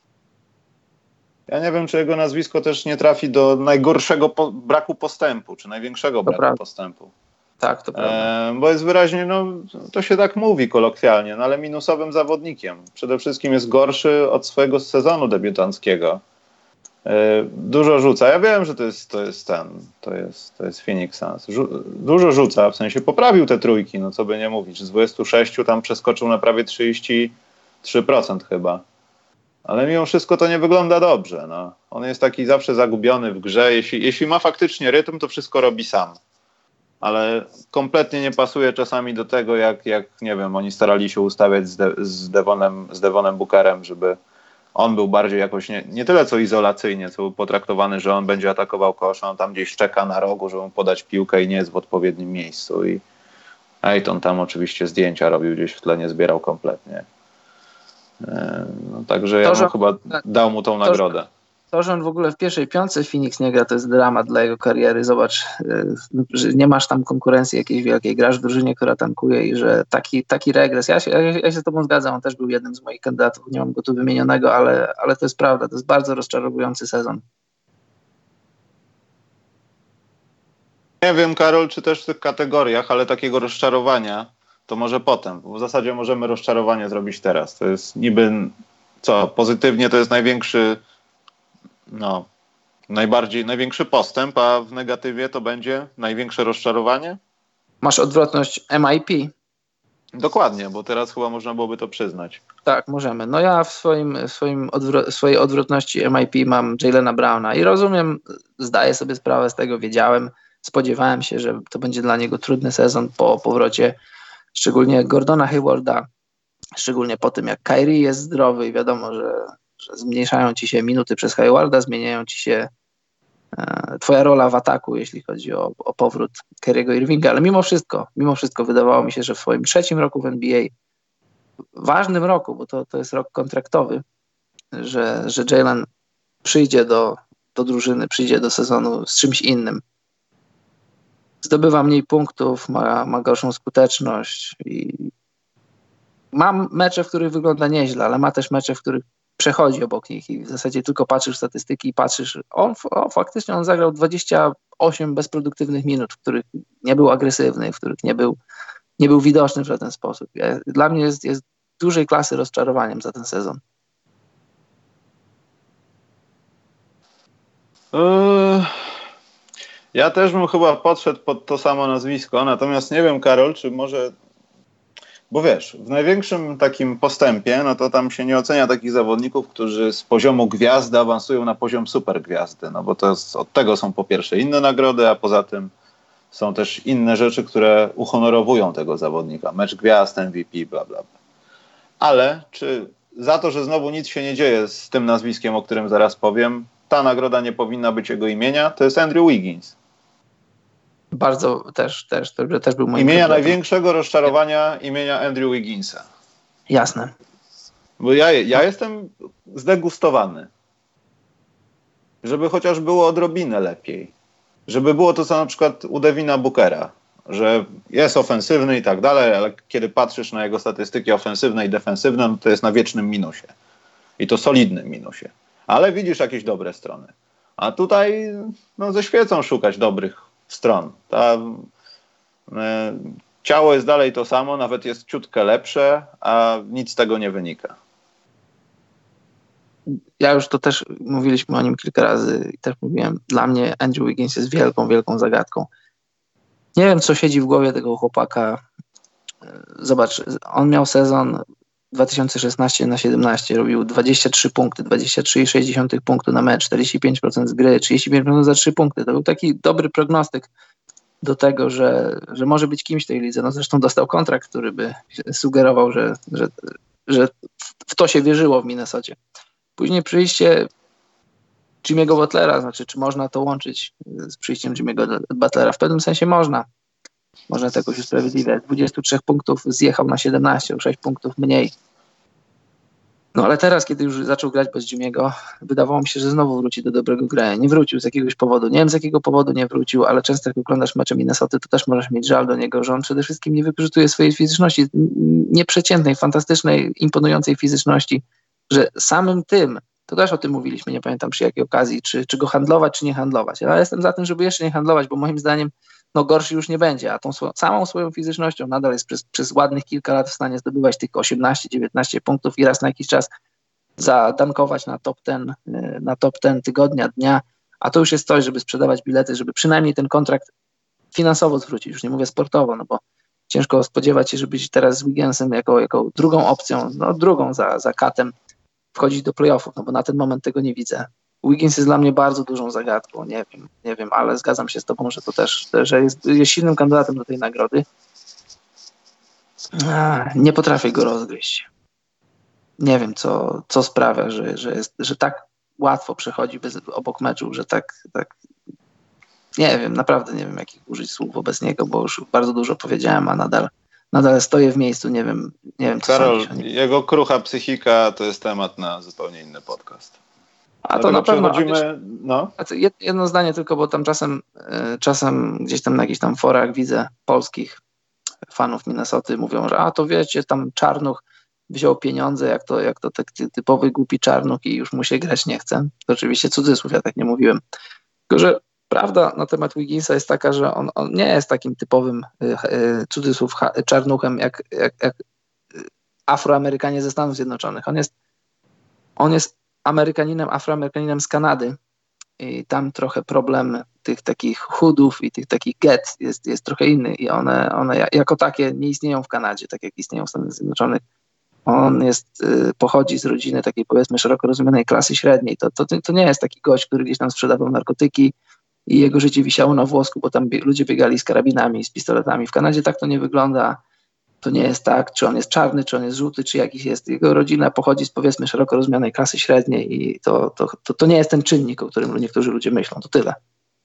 Ja nie wiem, czy jego nazwisko też nie trafi do najgorszego po- braku postępu, czy największego to braku prawda. postępu. Tak, to prawda. E, bo jest wyraźnie, no to się tak mówi kolokwialnie, no ale minusowym zawodnikiem. Przede wszystkim jest gorszy od swojego sezonu debiutanckiego. E, dużo rzuca. Ja wiem, że to jest, to jest ten, to jest, to jest Phoenix Suns. Żu- dużo rzuca, w sensie poprawił te trójki, no co by nie mówić. Z dwudziestu sześciu tam przeskoczył na prawie trzydzieści trzy procent chyba. Ale mimo wszystko to nie wygląda dobrze. No. On jest taki zawsze zagubiony w grze. Jeśli, jeśli ma faktycznie rytm, to wszystko robi sam. Ale kompletnie nie pasuje czasami do tego, jak, jak nie wiem, oni starali się ustawiać z, De, z, Devonem, z Devonem Bookerem, żeby on był bardziej jakoś, nie, nie tyle co izolacyjnie, co był potraktowany, że on będzie atakował kosz, on tam gdzieś czeka na rogu, żeby mu podać piłkę i nie jest w odpowiednim miejscu. I Ayton tam oczywiście zdjęcia robił gdzieś w tle, nie zbierał kompletnie. No, także ja bym chyba dał mu tą nagrodę. To, że on w ogóle w pierwszej piątce Phoenix nie gra, to jest dramat dla jego kariery. Zobacz, że nie masz tam konkurencji jakiejś wielkiej, grasz w drużynie, która tankuje i że taki, taki regres. Ja się, ja, ja się z tobą zgadzam, on też był jednym z moich kandydatów, nie mam go tu wymienionego, ale, ale to jest prawda, to jest bardzo rozczarowujący sezon. Nie wiem, Karol, czy też w tych kategoriach, ale takiego rozczarowania to może potem. Bo w zasadzie możemy rozczarowanie zrobić teraz. To jest niby, co, pozytywnie to jest największy, no, najbardziej, największy postęp, a w negatywie to będzie największe rozczarowanie? Masz odwrotność M I P. Dokładnie, bo teraz chyba można byłoby to przyznać. Tak, możemy. No ja w swoim, w swoim odwro- swojej odwrotności M I P mam Jaylena Browna i rozumiem, zdaję sobie sprawę z tego, wiedziałem, spodziewałem się, że to będzie dla niego trudny sezon po powrocie szczególnie Gordona Haywarda, szczególnie po tym, jak Kyrie jest zdrowy i wiadomo, że, że zmniejszają ci się minuty przez Haywarda, zmieniają ci się e, twoja rola w ataku, jeśli chodzi o, o powrót Kyriego Irvinga, ale mimo wszystko, mimo wszystko wydawało mi się, że w swoim trzecim roku w N B A, ważnym roku, bo to, to jest rok kontraktowy, że, że Jaylen przyjdzie do, do drużyny, przyjdzie do sezonu z czymś innym. Zdobywa mniej punktów, ma, ma gorszą skuteczność i mam mecze, w których wygląda nieźle, ale ma też mecze, w których przechodzi obok nich i w zasadzie tylko patrzysz w statystyki i patrzysz, on o, faktycznie on zagrał dwadzieścia osiem bezproduktywnych minut, w których nie był agresywny, w których nie był, nie był widoczny w żaden sposób. Dla mnie jest, jest dużej klasy rozczarowaniem za ten sezon. Yy... Ja też bym chyba podszedł pod to samo nazwisko, natomiast nie wiem, Karol, czy może... Bo wiesz, w największym takim postępie, no to tam się nie ocenia takich zawodników, którzy z poziomu gwiazdy awansują na poziom supergwiazdy, no bo to jest, od tego są po pierwsze inne nagrody, a poza tym są też inne rzeczy, które uhonorowują tego zawodnika. Mecz gwiazd, M V P, bla, bla, bla. Ale czy za to, że znowu nic się nie dzieje z tym nazwiskiem, o którym zaraz powiem, ta nagroda nie powinna być jego imienia? To jest Andrew Wiggins. Bardzo też, też, to, też był moim imienia kandydatem. Największego rozczarowania imienia Andrew Wigginsa. Jasne. Bo ja, ja jestem zdegustowany. Żeby chociaż było odrobinę lepiej. Żeby było to, co na przykład u Devina Bookera. że jest ofensywny i tak dalej, ale kiedy patrzysz na jego statystyki ofensywne i defensywne, no to jest na wiecznym minusie. I to solidnym minusie. Ale widzisz jakieś dobre strony. A tutaj no, ze świecą szukać dobrych stron. Ta, e, ciało jest dalej to samo, nawet jest ciutkę lepsze, a nic z tego nie wynika. Ja już to też mówiliśmy o nim kilka razy i też mówiłem, dla mnie Andrew Wiggins jest wielką, wielką zagadką. Nie wiem, co siedzi w głowie tego chłopaka. Zobacz, on miał sezon dwa tysiące szesnasty na siedemnaście, robił dwadzieścia trzy punkty, dwadzieścia trzy przecinek sześć punktu na mecz, czterdzieści pięć procent z gry, trzydzieści pięć procent za trzy punkty. To był taki dobry prognostyk do tego, że, że może być kimś w tej lidze. No zresztą dostał kontrakt, który by sugerował, że, że, że w to się wierzyło w Minnesocie. Później przyjście Jimmy'ego Butlera, znaczy czy można to łączyć z przyjściem Jimmy'ego Butlera? W pewnym sensie można. Można to jakoś usprawiedliwiać. Z dwudziestu trzech punktów zjechał na siedemnaście, o sześć punktów mniej. No ale teraz, kiedy już zaczął grać bez Jimmy'ego, wydawało mi się, że znowu wróci do dobrego grania. Nie wrócił z jakiegoś powodu. Nie wiem, z jakiego powodu nie wrócił, ale często jak oglądasz mecze Minnesoty, to też możesz mieć żal do niego, że on przede wszystkim nie wykorzystuje swojej fizyczności, nieprzeciętnej, fantastycznej, imponującej fizyczności, że samym tym, to też o tym mówiliśmy, nie pamiętam przy jakiej okazji, czy, czy go handlować, czy nie handlować. Ale jestem za tym, żeby jeszcze nie handlować, bo moim zdaniem no gorszy już nie będzie, a tą sw- samą swoją fizycznością nadal jest przez, przez ładnych kilka lat w stanie zdobywać tych osiemnaście dziewiętnaście punktów i raz na jakiś czas zadankować na top ten, na top ten tygodnia, dnia, a to już jest coś, żeby sprzedawać bilety, żeby przynajmniej ten kontrakt finansowo zwrócić, już nie mówię sportowo, no bo ciężko spodziewać się, żebyś teraz z Wigginsem jako, jako drugą opcją, no drugą za, za katem wchodzić do playoffów, no bo na ten moment tego nie widzę. Wiggins jest dla mnie bardzo dużą zagadką, nie wiem, nie wiem, ale zgadzam się z tobą, że to też, że jest, jest silnym kandydatem do tej nagrody. Nie potrafię go rozgryźć. Nie wiem, co, co sprawia, że, że, jest, że tak łatwo przechodzi bez, obok meczu, że tak, tak nie wiem, naprawdę nie wiem, jakich użyć słów wobec niego, bo już bardzo dużo powiedziałem, a nadal, nadal stoję w miejscu, nie wiem, nie wiem co Karol, sądzisz o nim. jego krucha psychika to jest temat na zupełnie inny podcast. A to na pewno. Wiesz, no. jedno zdanie tylko, bo tam czasem, czasem gdzieś tam na jakichś tam forach widzę polskich fanów Minnesoty mówią, że a to wiecie, tam Czarnuch wziął pieniądze, jak to, jak to taki typowy głupi Czarnuch i już mu się grać nie chce. To oczywiście cudzysłów, ja tak nie mówiłem. Tylko, że prawda na temat Wigginsa jest taka, że on, on nie jest takim typowym y, y, cudzysłów Czarnuchem jak, jak, jak Afroamerykanie ze Stanów Zjednoczonych. On jest, on jest Amerykaninem, Afroamerykaninem z Kanady i tam trochę problem tych takich chudów i tych takich get jest, jest trochę inny i one, one jako takie nie istnieją w Kanadzie, tak jak istnieją w Stanach Zjednoczonych. On jest, pochodzi z rodziny takiej powiedzmy szeroko rozumianej klasy średniej. To, to, to nie jest taki gość, który gdzieś tam sprzedawał narkotyki i jego życie wisiało na włosku, bo tam bie- ludzie biegali z karabinami, z pistoletami. W Kanadzie tak to nie wygląda. To nie jest tak, czy on jest czarny, czy on jest żółty, czy jakiś jest. Jego rodzina pochodzi z powiedzmy szeroko rozumianej klasy średniej i to, to, to, to nie jest ten czynnik, o którym niektórzy ludzie myślą. To tyle.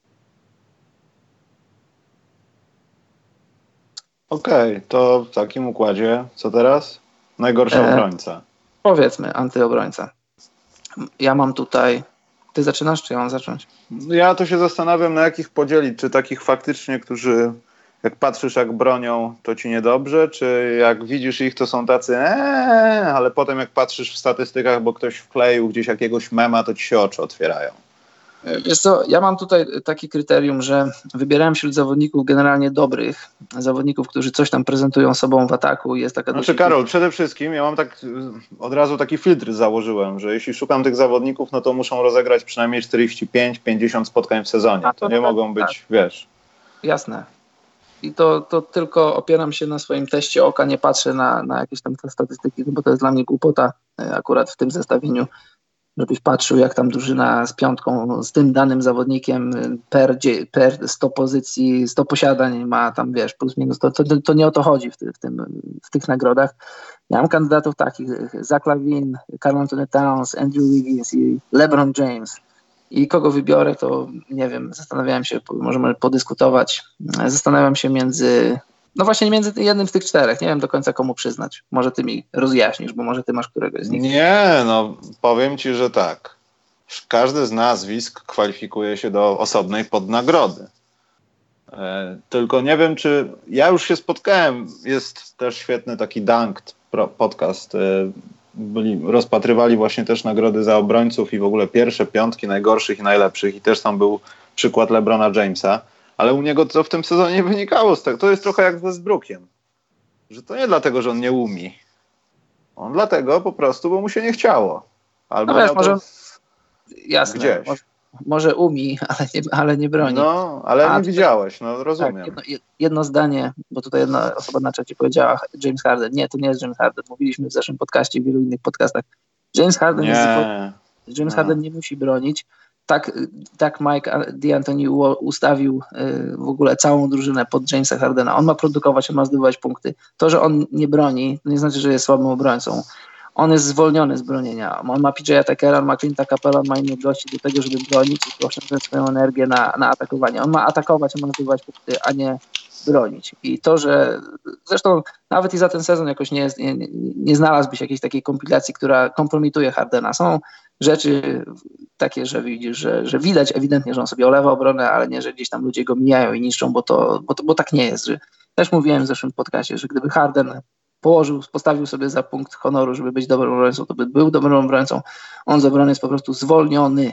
Okej, okay, to w takim układzie co teraz? Najgorszy e, obrońca. Powiedzmy, antyobrońca. Ja mam tutaj... Ty zaczynasz, czy ja mam zacząć? Ja to się zastanawiam, na jakich podzielić. Czy takich faktycznie, którzy jak patrzysz jak bronią, to ci niedobrze, czy jak widzisz ich, to są tacy eee, ale potem jak patrzysz w statystykach, bo ktoś wkleił gdzieś jakiegoś mema, to ci się oczy otwierają. Wiesz co, ja mam tutaj takie kryterium, że wybierałem wśród zawodników generalnie dobrych, zawodników, którzy coś tam prezentują sobą w ataku. Jest taka znaczy Karol, przede wszystkim ja mam tak, od razu taki filtr założyłem, że jeśli szukam tych zawodników, no to muszą rozegrać przynajmniej czterdzieści pięć pięćdziesiąt spotkań w sezonie. To, to nie tak, mogą być, tak. Wiesz. Jasne. I to, to tylko opieram się na swoim teście oka, nie patrzę na, na jakieś tam te statystyki, bo to jest dla mnie głupota akurat w tym zestawieniu, żebyś patrzył, jak tam drużyna z piątką, z tym danym zawodnikiem per, per sto pozycji, sto posiadań ma tam, wiesz, plus minus, to, to, to nie o to chodzi w, ty, w, tym, w tych nagrodach. Ja mam kandydatów takich, Zach LaVine, Karl Anthony Towns, Andrew Wiggins i LeBron James. I kogo wybiorę, to nie wiem, zastanawiałem się, możemy podyskutować. Zastanawiam się między, no właśnie między jednym z tych czterech. Nie wiem do końca komu przyznać. Może ty mi rozjaśnisz, bo może ty masz któregoś z nich. Nie, no powiem ci, że tak. Każdy z nazwisk kwalifikuje się do osobnej podnagrody. E, tylko nie wiem, czy ja już się spotkałem, jest też świetny taki Dunked podcast, e, byli, rozpatrywali właśnie też nagrody za obrońców i w ogóle pierwsze piątki najgorszych i najlepszych i też tam był przykład LeBrona Jamesa, ale u niego to w tym sezonie nie wynikało z tego, to jest trochę jak z Westbrookiem, że to nie dlatego, że on nie umie, on dlatego po prostu, bo mu się nie chciało. Albo no wiesz, to może, jasne, gdzieś. Może, może umi, ale nie, ale nie broni. No, ale A nie tutaj, widziałeś, no rozumiem. Tak, jedno, jedno zdanie, bo tutaj jedna osoba na czacie powiedziała James Harden. Nie, to nie jest James Harden. Mówiliśmy w zeszłym podcaście i w wielu innych podcastach. James Harden nie. jest James no. Harden nie musi bronić. Tak, tak Mike D'Antoni ustawił w ogóle całą drużynę pod Jamesa Hardena. On ma produkować, on ma zdobywać punkty. To, że on nie broni, to nie znaczy, że jest słabym obrońcą. On jest zwolniony z bronienia. On ma P J Tuckera, on ma Clint'a Capela, on ma innych gości do tego, żeby bronić i oszczędzać swoją energię na, na atakowanie. On ma atakować, on ma zdobywać punkty, a nie bronić. I to, że zresztą nawet i za ten sezon jakoś nie, nie, nie znalazłbyś jakiejś takiej kompilacji, która kompromituje Hardena. Są rzeczy takie, że widzisz, że, że widać ewidentnie, że on sobie olewa obronę, ale nie, że gdzieś tam ludzie go mijają i niszczą, bo to, bo, to, bo tak nie jest. Że, też mówiłem w zeszłym podcastie, że gdyby Harden położył, postawił sobie za punkt honoru, żeby być dobrym obrońcą, to by był dobrym obrońcą. On z obrony jest po prostu zwolniony.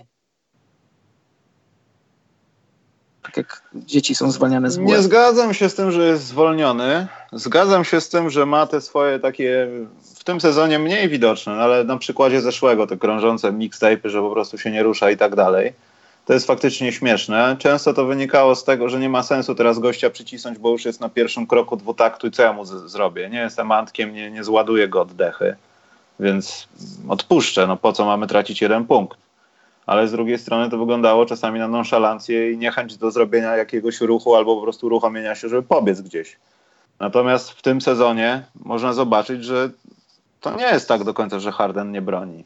Tak jak dzieci są zwalniane z W F. Nie zgadzam się z tym, że jest zwolniony. Zgadzam się z tym, że ma te swoje takie w tym sezonie mniej widoczne, ale na przykładzie zeszłego te krążące mixtape'y, że po prostu się nie rusza i tak dalej. To jest faktycznie śmieszne. Często to wynikało z tego, że nie ma sensu teraz gościa przycisnąć, bo już jest na pierwszym kroku dwutaktu i co ja mu z- zrobię? Nie jestem Antkiem, nie, nie zładuję go oddechy, więc odpuszczę. No po co mamy tracić jeden punkt? Ale z drugiej strony to wyglądało czasami na nonszalancję i niechęć do zrobienia jakiegoś ruchu albo po prostu uruchomienia się, żeby pobiec gdzieś. Natomiast w tym sezonie można zobaczyć, że to nie jest tak do końca, że Harden nie broni.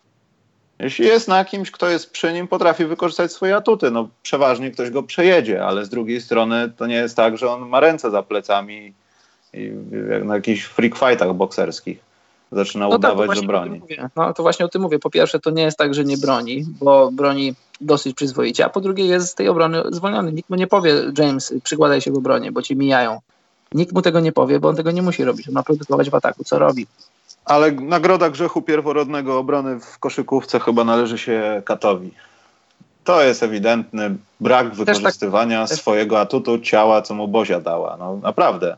Jeśli jest na kimś, kto jest przy nim, potrafi wykorzystać swoje atuty. No przeważnie ktoś go przejedzie, ale z drugiej strony to nie jest tak, że on ma ręce za plecami i jak na jakichś freak fightach bokserskich zaczyna No tak, to udawać, właśnie że o broni. tym mówię. No to właśnie o tym mówię. Po pierwsze, to nie jest tak, że nie broni, bo broni dosyć przyzwoicie, a po drugie jest z tej obrony zwolniony. Nikt mu nie powie, James, przykładaj się w obronie, bo ci mijają. Nikt mu tego nie powie, bo on tego nie musi robić. On ma produkować w ataku, co robi. Ale nagroda grzechu pierworodnego obrony w koszykówce chyba należy się Katowi. To jest ewidentny brak wykorzystywania tak, swojego atutu, ciała, co mu Bozia dała. No naprawdę.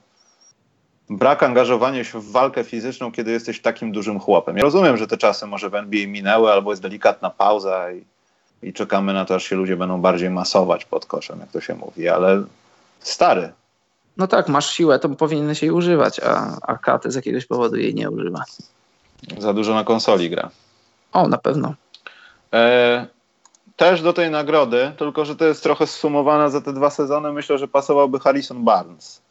Brak angażowania się w walkę fizyczną, kiedy jesteś takim dużym chłopem. Ja rozumiem, że te czasy może w N B A minęły, albo jest delikatna pauza i, i czekamy na to, aż się ludzie będą bardziej masować pod koszem, jak to się mówi, ale stary. No tak, masz siłę, to powinieneś jej używać, a, a Katy z jakiegoś powodu jej nie używa. Za dużo na konsoli gra. O, na pewno. E, też do tej nagrody, tylko że to jest trochę zsumowana za te dwa sezony, myślę, że pasowałby Harrison Barnes.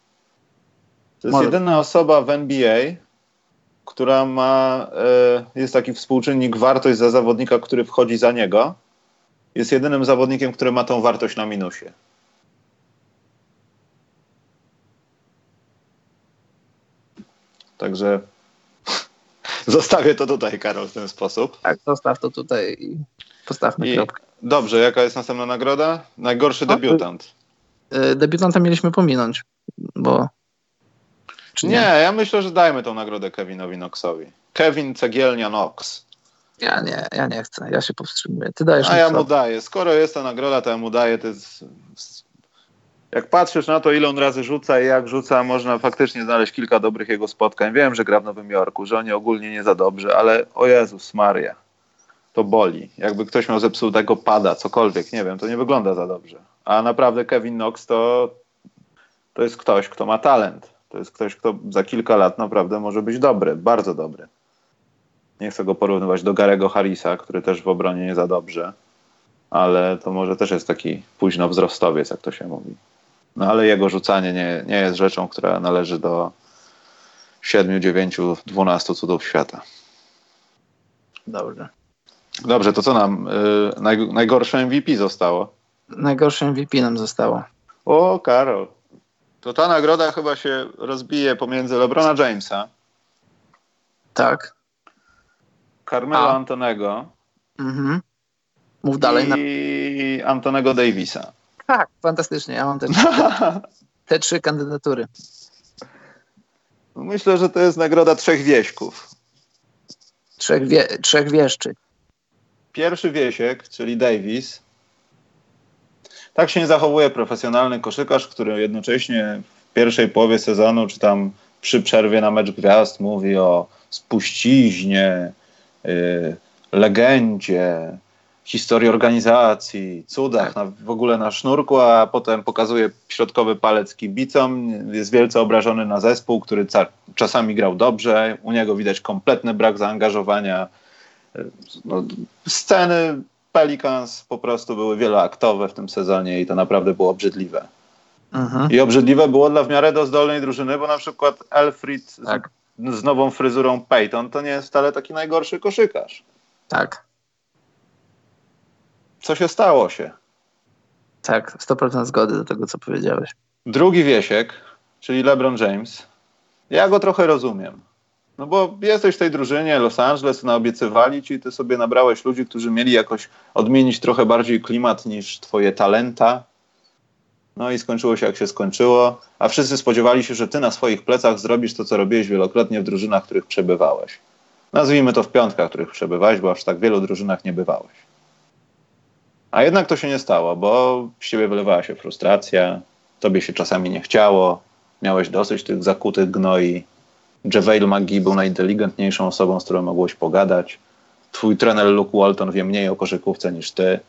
To jest Może. jedyna osoba w N B A, która ma, e, jest taki współczynnik wartość za zawodnika, który wchodzi za niego. Jest jedynym zawodnikiem, który ma tą wartość na minusie. Także zostawię to tutaj, Karol, w ten sposób. Tak, zostaw to tutaj i postawmy I kropkę. dobrze, jaka jest następna nagroda? Najgorszy No, debiutant. y, debiutanta mieliśmy pominąć, bo... Czy nie? nie, ja myślę, że dajmy tą nagrodę Kevinowi Knoxowi. Kevin Cegielnia Knox. Ja nie, ja nie chcę, ja się powstrzymuję. Ty dajesz A ja mu Knoxowi. daję. Skoro jest ta nagroda, to ja mu daję. To jest... Jak patrzysz na to, ile on razy rzuca i jak rzuca, można faktycznie znaleźć kilka dobrych jego spotkań. Wiem, że gra w Nowym Jorku, że oni ogólnie nie za dobrze, ale o Jezus Maria, to boli. Jakby ktoś miał zepsutego pada, cokolwiek, nie wiem, to nie wygląda za dobrze. A naprawdę Kevin Knox to, to jest ktoś, kto ma talent. To jest ktoś, kto za kilka lat naprawdę może być dobry, bardzo dobry. Nie chcę go porównywać do Garego Harrisa, który też w obronie nie za dobrze, ale to może też jest taki późno wzrostowiec, jak to się mówi. No ale jego rzucanie nie, nie jest rzeczą, która należy do siedmiu, dziewięciu, dwunastu cudów świata. Dobrze. Dobrze, to co nam yy, naj, najgorsze M V P zostało? Najgorsze M V P nam zostało. O, Karol. To ta nagroda chyba się rozbije pomiędzy LeBrona Jamesa, Tak. Carmelo A. Antonego Mhm. Mów dalej. i Na... Antonego Davisa. Tak, fantastycznie. Ja mam też te trzy kandydatury. Myślę, że to jest nagroda trzech wieśków. Trzech, wie, trzech wieszczy. Pierwszy wiesiek, czyli Davis. Tak się nie zachowuje profesjonalny koszykarz, który jednocześnie w pierwszej połowie sezonu, czy tam przy przerwie na mecz gwiazd mówi o spuściźnie, yy, legendzie, historii organizacji, cudach na, w ogóle na sznurku, a potem pokazuje środkowy palec kibicom, jest wielce obrażony na zespół, który ca- czasami grał dobrze, u niego widać kompletny brak zaangażowania. No, sceny Pelicans po prostu były wieloaktowe w tym sezonie i to naprawdę było obrzydliwe. Mhm. I obrzydliwe było dla w miarę dozdolnej drużyny, bo na przykład Elfrid tak. z, z nową fryzurą Peyton to nie jest wcale taki najgorszy koszykarz. Tak. Co się stało się? Tak, sto procent zgody do tego, co powiedziałeś. Drugi wiesiek, czyli LeBron James, ja go trochę rozumiem. No bo jesteś w tej drużynie, Los Angeles, naobiecywali ci, ty sobie nabrałeś ludzi, którzy mieli jakoś odmienić trochę bardziej klimat niż twoje talenta. No i skończyło się jak się skończyło, a wszyscy spodziewali się, że ty na swoich plecach zrobisz to, co robiłeś wielokrotnie w drużynach, w których przebywałeś. Nazwijmy to w piątkach, w których przebywałeś, bo aż tak w wielu drużynach nie bywałeś. A jednak to się nie stało, bo z ciebie wylewała się frustracja, tobie się czasami nie chciało, miałeś dosyć tych zakutych gnoi. JaVale McGee był najinteligentniejszą osobą, z którą mogłeś pogadać. Twój trener Luke Walton wie mniej o koszykówce niż ty.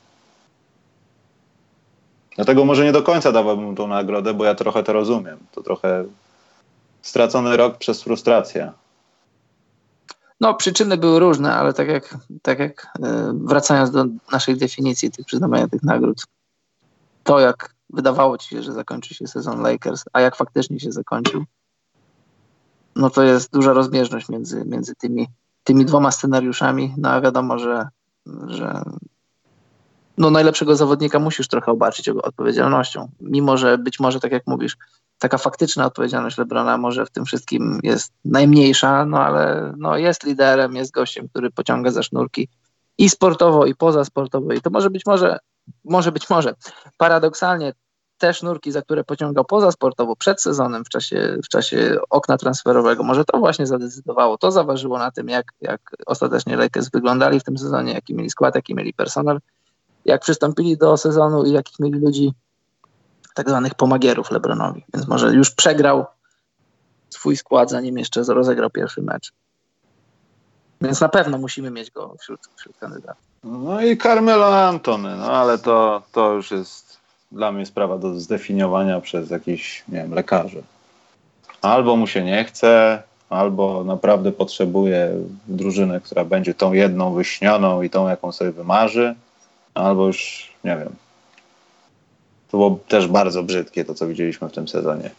Dlatego może nie do końca dawałbym mu tą nagrodę, bo ja trochę to rozumiem. To trochę stracony rok przez frustrację. No, przyczyny były różne, ale tak jak, tak jak wracając do naszej definicji tych przyznawania tych nagród, to jak wydawało ci się, że zakończy się sezon Lakers, a jak faktycznie się zakończył, no to jest duża rozbieżność między, między tymi, tymi dwoma scenariuszami. No a wiadomo, że, że no najlepszego zawodnika musisz trochę obarczyć odpowiedzialnością. Mimo, że być może, tak jak mówisz, taka faktyczna odpowiedzialność LeBrona może w tym wszystkim jest najmniejsza, no ale no jest liderem, jest gościem, który pociąga za sznurki i sportowo, i pozasportowo. I to może być może, może być może paradoksalnie te sznurki, za które pociągał pozasportowo przed sezonem, w czasie, w czasie okna transferowego, może to właśnie zadecydowało, to zaważyło na tym, jak, jak ostatecznie Lakers wyglądali w tym sezonie, jaki mieli skład, jaki mieli personel, jak przystąpili do sezonu i jakich mieli ludzi, tak zwanych pomagierów LeBronowi. Więc może już przegrał swój skład, zanim jeszcze rozegrał pierwszy mecz. Więc na pewno musimy mieć go wśród, wśród kandydatów. No i Carmelo Anthony, no ale to, to już jest dla mnie sprawa do zdefiniowania przez jakichś, nie wiem, lekarzy. Albo mu się nie chce, albo naprawdę potrzebuje drużyny, która będzie tą jedną wyśnioną i tą, jaką sobie wymarzy, albo już, nie wiem. To było też bardzo brzydkie, to co widzieliśmy w tym sezonie.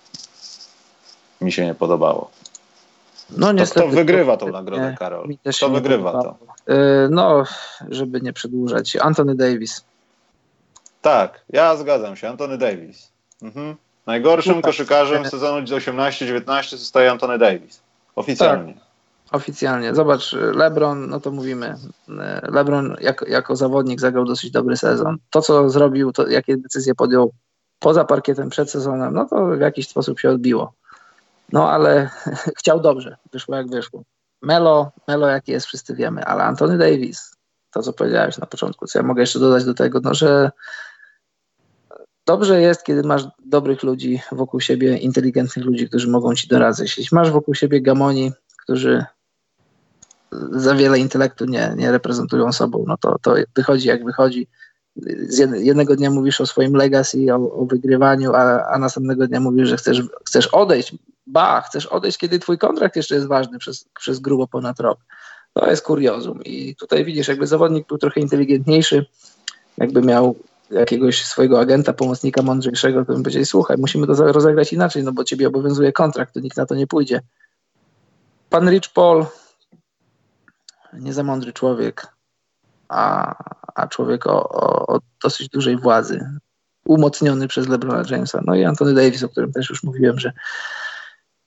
Mi się nie podobało. No niestety. To kto wygrywa tą nagrodę, Karol? Kto wygrywa to? Yy, no, żeby nie przedłużać. Anthony Davis. Tak, ja zgadzam się. Anthony Davis. Mhm. Najgorszym no tak. koszykarzem sezonu osiemnaście dziewiętnaście zostaje Anthony Davis. Oficjalnie. Tak. Oficjalnie. Zobacz, LeBron, no to mówimy, LeBron jako, jako zawodnik zagrał dosyć dobry sezon. To, co zrobił, to jakie decyzje podjął poza parkietem przed sezonem, no to w jakiś sposób się odbiło. No ale chciał dobrze. Wyszło jak wyszło. Melo, Melo jaki jest, wszyscy wiemy, ale Anthony Davis, to co powiedziałeś na początku, co ja mogę jeszcze dodać do tego, no że dobrze jest, kiedy masz dobrych ludzi wokół siebie, inteligentnych ludzi, którzy mogą ci doradzać. Jeśli masz wokół siebie gamoni, którzy za wiele intelektu nie, nie reprezentują sobą, no to, to wychodzi jak wychodzi. Z jednego dnia mówisz o swoim legacy, o, o wygrywaniu, a, a następnego dnia mówisz, że chcesz, chcesz odejść. Ba, chcesz odejść, kiedy twój kontrakt jeszcze jest ważny przez, przez grubo ponad rok. To jest kuriozum. I tutaj widzisz, jakby zawodnik był trochę inteligentniejszy, jakby miał jakiegoś swojego agenta, pomocnika mądrzejszego, to bym powiedział, słuchaj, musimy to rozegrać inaczej, no bo ciebie obowiązuje kontrakt, to nikt na to nie pójdzie. Pan Rich Paul, nie za mądry człowiek, a, a człowiek o, o, o dosyć dużej władzy, umocniony przez LeBrona Jamesa. No i Anthony Davis, o którym też już mówiłem, że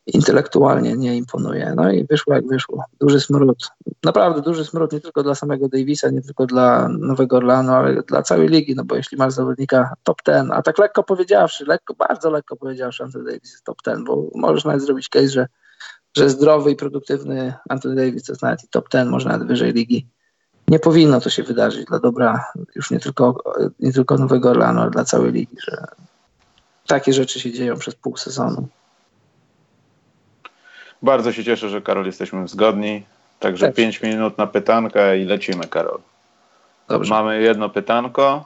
intelektualnie nie imponuje. No i wyszło jak wyszło. Duży smród. Naprawdę duży smród nie tylko dla samego Davisa, nie tylko dla Nowego Orleanu, ale dla całej ligi, no bo jeśli masz zawodnika top ten, a tak lekko powiedziawszy, lekko, bardzo lekko powiedziawszy, Anthony Davis jest top ten, bo możesz nawet zrobić case, że, że zdrowy i produktywny Anthony Davis to jest nawet i top ten, może nawet wyżej ligi. Nie powinno to się wydarzyć dla dobra już nie tylko, nie tylko Nowego Orleanu, ale dla całej ligi, że takie rzeczy się dzieją przez pół sezonu. Bardzo się cieszę, że Karol jesteśmy zgodni. Także Też. pięć minut na pytankę i lecimy, Karol. Dobrze. Mamy jedno pytanko.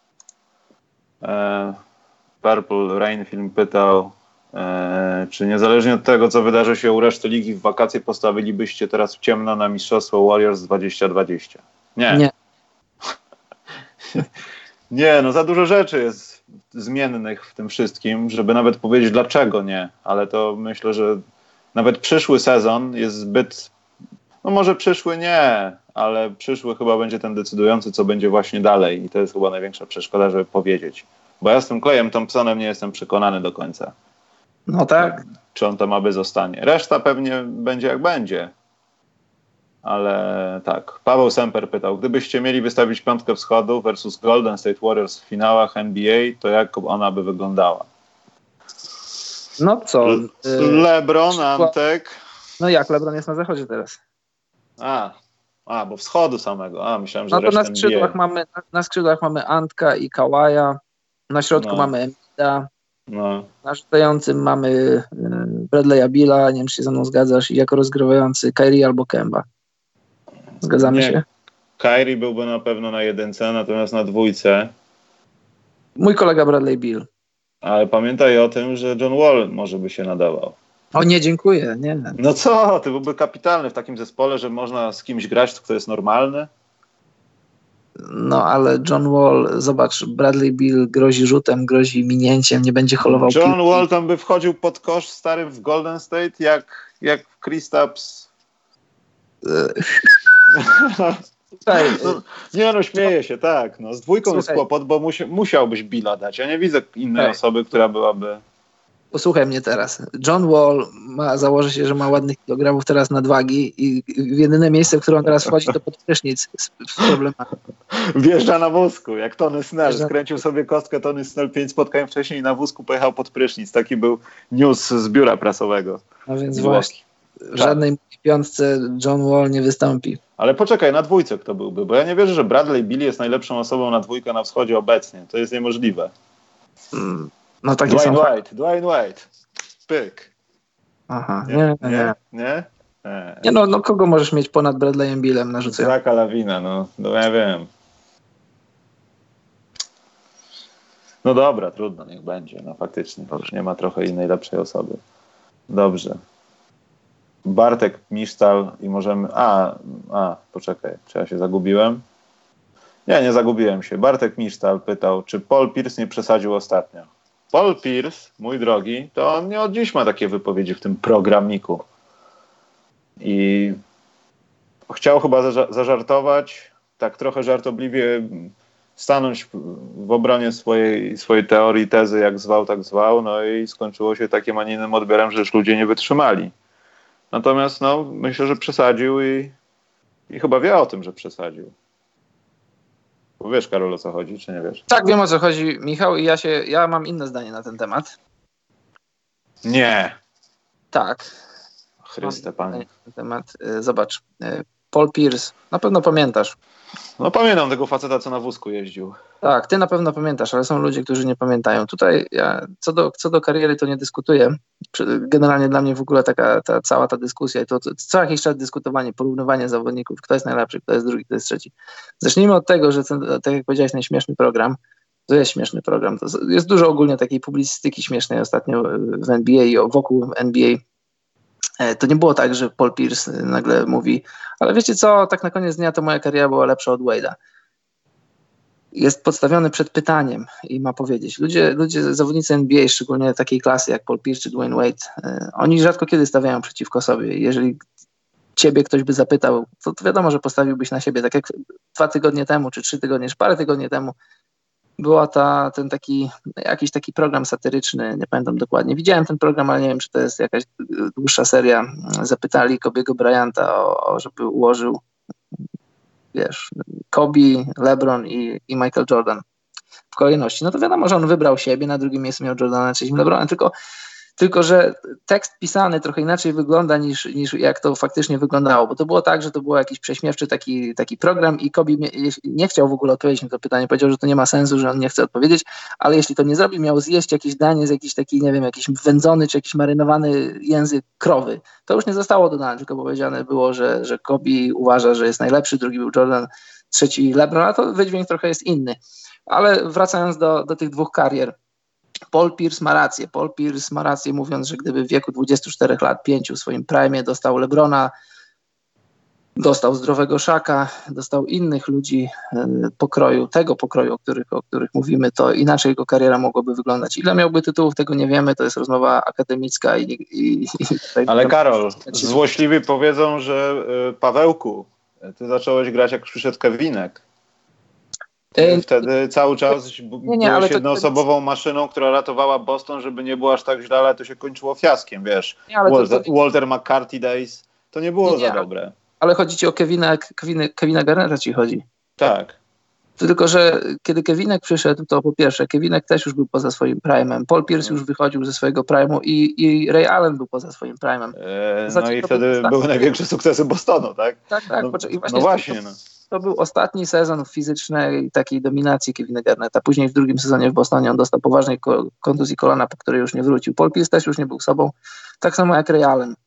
E, Purple Rain Film pytał, e, czy niezależnie od tego, co wydarzy się u reszty ligi w wakacje, postawilibyście teraz w ciemno na mistrzostwo Warriors dwadzieścia dwadzieścia? Nie. Nie. Nie, no za dużo rzeczy jest zmiennych w tym wszystkim, żeby nawet powiedzieć dlaczego nie, ale to myślę, że nawet przyszły sezon jest zbyt, no może przyszły nie, ale przyszły chyba będzie ten decydujący, co będzie właśnie dalej i to jest chyba największa przeszkoda, żeby powiedzieć. Bo ja z tym Klejem Thompsonem nie jestem przekonany do końca. No tak. Czy on tam aby zostanie. Reszta pewnie będzie jak będzie. Ale tak. Paweł Semper pytał, gdybyście mieli wystawić piątkę wschodu versus Golden State Warriors w finałach N B A, to jak ona by wyglądała? No co? Le- LeBron, Antek. No jak LeBron jest na zachodzie teraz? A, a, bo wschodu samego. A, myślałem, że No to resztę na skrzydłach N B A. mamy, na skrzydłach mamy Antka i Kawaja, na środku No. mamy Embida, No. na rzucającym mamy y, Bradley'a Billa, nie wiem, czy się ze mną zgadzasz, i jako rozgrywający Kyrie albo Kemba. Zgadzamy Nie. się? Kyrie byłby na pewno na jedynce, natomiast na dwójce. Mój kolega Bradley Beal. Ale pamiętaj o tym, że John Wall może by się nadawał. O nie, dziękuję, nie. No co, ty byłby kapitalny w takim zespole, że można z kimś grać, kto jest normalny. No ale John Wall, zobacz, Bradley Beal grozi rzutem, grozi minięciem, nie będzie holował John piłki. Wall tam by wchodził pod kosz stary w Golden State, jak, jak Kristaps. Słuchaj, No, nie no, śmieję się, tak. No, z dwójką Słuchaj. jest kłopot, bo musi, musiałbyś Billa dać. Ja nie widzę innej Ej. osoby, która byłaby... Posłuchaj mnie teraz. John Wall ma, założy się, że ma ładnych kilogramów teraz nadwagi i jedyne miejsce, w które on teraz wchodzi, to pod prysznic z, z problemami. Wjeżdża na wózku, jak Tony Snell. Wjeżdża- Skręcił sobie kostkę Tony Snell pięć spotkań wcześniej i na wózku pojechał pod prysznic. Taki był news z biura prasowego. No więc Włoski. właśnie, w żadnej piątce John Wall nie wystąpi. Ale poczekaj, na dwójce kto byłby? Bo ja nie wierzę, że Bradley Beal jest najlepszą osobą na dwójkę na wschodzie obecnie. To jest niemożliwe. Mm, No takie Dwayne są... White, Dwayne White. Pyk. Aha, Nie? nie, Nie? nie. Nie? Nie. Nie no, no kogo możesz mieć ponad Bradleyem Billem na rzuceniu? Zaka Lawina, no. No ja wiem. No dobra, trudno, niech będzie. No faktycznie, już nie ma trochę innej lepszej osoby. Dobrze. Bartek Misztal i możemy... A, a, poczekaj, czy ja się zagubiłem? Nie, nie zagubiłem się. Bartek Misztal pytał, czy Paul Pierce nie przesadził ostatnio. Paul Pierce, mój drogi, to on nie od dziś ma takie wypowiedzi w tym programniku. I chciał chyba zaża- zażartować, tak trochę żartobliwie stanąć w obronie swojej, swojej teorii, tezy, jak zwał, tak zwał, no i skończyło się takim, a nie innym odbiorem, że już ludzie nie wytrzymali. Natomiast no, myślę, że przesadził i, i chyba wie o tym, że przesadził. Bo wiesz, Karol, o co chodzi, czy nie wiesz? Tak, wiem o co chodzi, Michał, i ja się, ja mam inne zdanie na ten temat. Nie. Tak. Chryste, Mam Panie. zdanie na ten temat. Y, Zobacz, y, Paul Pierce, na pewno pamiętasz. No pamiętam tego faceta, co na wózku jeździł. Tak, ty na pewno pamiętasz, ale są ludzie, którzy nie pamiętają. Tutaj ja co do, co do kariery to nie dyskutuję. Przy- Generalnie dla mnie w ogóle taka ta, cała ta dyskusja i to, to co jakiś czas dyskutowanie, porównywanie zawodników, kto jest najlepszy, kto jest drugi, kto jest trzeci. Zacznijmy od tego, że ten, tak jak powiedziałeś, ten śmieszny program, to jest śmieszny program. To jest dużo ogólnie takiej publicystyki śmiesznej ostatnio w N B A i wokół N B A. E, To nie było tak, że Paul Pierce nagle mówi, ale wiecie co, tak na koniec dnia to moja kariera była lepsza od Wade'a. Jest podstawiony przed pytaniem i ma powiedzieć. Ludzie, ludzie zawodnicy N B A, szczególnie takiej klasy jak Paul Pierce czy Dwayne Wade, e, oni rzadko kiedy stawiają przeciwko sobie. Jeżeli ciebie ktoś by zapytał, to, to wiadomo, że postawiłbyś na siebie, tak jak dwa tygodnie temu, czy trzy tygodnie, czy parę tygodni temu była ta, ten taki, jakiś taki program satyryczny, nie pamiętam dokładnie. Widziałem ten program, ale nie wiem, czy to jest jakaś dłuższa seria. Zapytali Kobiego Bryanta, o, o, żeby ułożył, wiesz, Kobe, LeBron i, i Michael Jordan w kolejności. No to wiadomo, że on wybrał siebie, na drugim miejscu miał Jordana, na trzecim LeBrona, tylko Tylko że tekst pisany trochę inaczej wygląda niż, niż jak to faktycznie wyglądało, bo to było tak, że to był jakiś prześmiewczy taki, taki program i Kobe nie, nie chciał w ogóle odpowiedzieć na to pytanie, powiedział, że to nie ma sensu, że on nie chce odpowiedzieć, ale jeśli to nie zrobi, miał zjeść jakieś danie z jakiś taki, nie wiem, jakiś wędzony czy jakiś marynowany język krowy. To już nie zostało dodane, tylko powiedziane było, że, że Kobe uważa, że jest najlepszy, drugi był Jordan, trzeci LeBron, a to wydźwięk trochę jest inny. Ale wracając do, do tych dwóch karier, Paul Pierce ma rację. Paul Pierce ma rację, mówiąc, że gdyby w wieku dwudziestu czterech lat, pięciu w swoim prime dostał LeBrona, dostał zdrowego Shaka, dostał innych ludzi pokroju, tego pokroju, o których, o których mówimy, to inaczej jego kariera mogłaby wyglądać. Ile miałby tytułów, tego nie wiemy, to jest rozmowa akademicka. I, i, i Ale Karol, złośliwi powiedzą, że Pawełku, ty zacząłeś grać jak przyszedł Kevinek. Ty wtedy cały czas nie, nie, byłeś jednoosobową to... maszyną, która ratowała Boston, żeby nie było aż tak źle, ale to się kończyło fiaskiem, wiesz. Nie, Walter, to... Walter McCarthy Days, to nie było nie, nie, za dobre. Ale chodzi ci o Kevina, Kevina, Kevina Garnera ci chodzi. Tak. Tylko, że kiedy Kevinek przyszedł, to po pierwsze, Kevinek też już był poza swoim prime'em, Paul Pierce już wychodził ze swojego prime'u i, i Ray Allen był poza swoim prime'em. Eee, no i wtedy był były największe sukcesy Bostonu, tak? Tak, tak. No, I właśnie no właśnie, to, no. To był ostatni sezon fizycznej takiej dominacji Kevina Garneta. Później w drugim sezonie w Bostonie on dostał poważnej kontuzji kolana, po której już nie wrócił. Paul Pierce też już nie był sobą. Tak samo jak Ray Allen.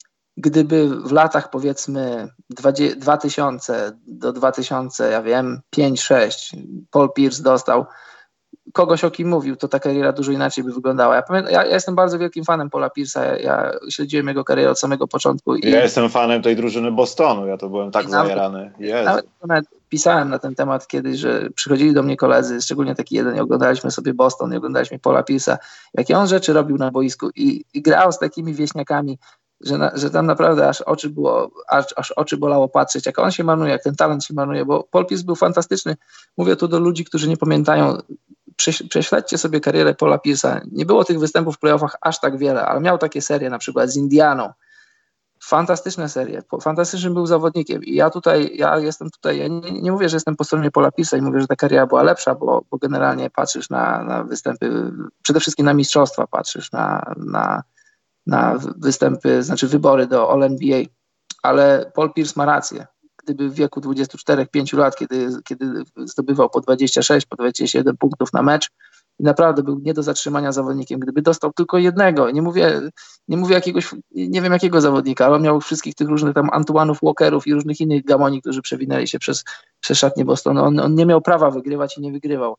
Gdyby w latach powiedzmy dwa tysiące do dwa tysiące, ja wiem, pięć sześć Paul Pierce dostał kogoś, o kim mówił, to ta kariera dużo inaczej by wyglądała. Ja, pamiętam, ja, ja jestem bardzo wielkim fanem Paula Pierce'a, ja, ja śledziłem jego karierę od samego początku. I, ja jestem fanem tej drużyny Bostonu, ja to byłem tak zajarany. Nawet, nawet pisałem na ten temat kiedyś, że przychodzili do mnie koledzy, szczególnie taki jeden, i oglądaliśmy sobie Boston, i oglądaliśmy Paula Pierce'a, jakie on rzeczy robił na boisku i, i grał z takimi wieśniakami, że, na, że tam naprawdę aż oczy było, aż, aż oczy bolało patrzeć, jak on się marnuje, jak ten talent się marnuje, bo Paul Pierce był fantastyczny. Mówię tu do ludzi, którzy nie pamiętają, prześledźcie sobie karierę Paula Pierce'a. Nie było tych występów w playoffach aż tak wiele, ale miał takie serie, na przykład z Indianą. Fantastyczne serie. Fantastycznym był zawodnikiem. I ja tutaj, ja jestem tutaj, ja nie, nie mówię, że jestem po stronie Paula Pierce'a i mówię, że ta kariera była lepsza, bo, bo generalnie patrzysz na, na występy, przede wszystkim na mistrzostwa, patrzysz na, na, na występy, znaczy wybory do All N B A. Ale Paul Pierce ma rację. Gdyby w wieku dwudziestu czterech pięciu lat, kiedy, kiedy zdobywał po dwadzieścia sześć, po dwadzieścia siedem punktów na mecz i naprawdę był nie do zatrzymania zawodnikiem, gdyby dostał tylko jednego, nie mówię, nie mówię jakiegoś, nie wiem jakiego zawodnika, ale on miał wszystkich tych różnych tam Antoine'ów, Walkerów i różnych innych gamoni, którzy przewinęli się przez, przez szatnię Bostonu. On, on nie miał prawa wygrywać i nie wygrywał.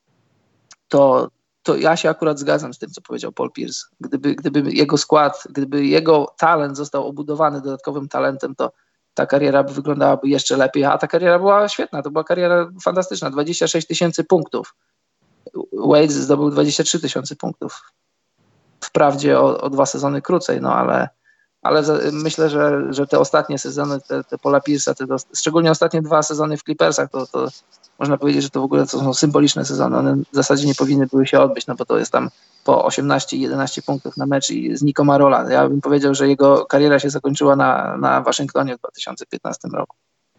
To, to ja się akurat zgadzam z tym, co powiedział Paul Pierce. Gdyby, gdyby jego skład, gdyby jego talent został obudowany dodatkowym talentem, to ta kariera wyglądałaby jeszcze lepiej, a ta kariera była świetna, to była kariera fantastyczna, dwadzieścia sześć tysięcy punktów. Wade zdobył dwadzieścia trzy tysiące punktów. Wprawdzie o, o dwa sezony krócej, no ale, ale myślę, że, że te ostatnie sezony, te, te Paula Pierce'a, te, szczególnie ostatnie dwa sezony w Clippersach, to, to można powiedzieć, że to w ogóle to są symboliczne sezony. One w zasadzie nie powinny były się odbyć, no bo to jest tam po osiemnaście jedenaście punktów na mecz i znikoma Marola. Ja bym powiedział, że jego kariera się zakończyła na, na Waszyngtonie w dwa tysiące piętnastym roku.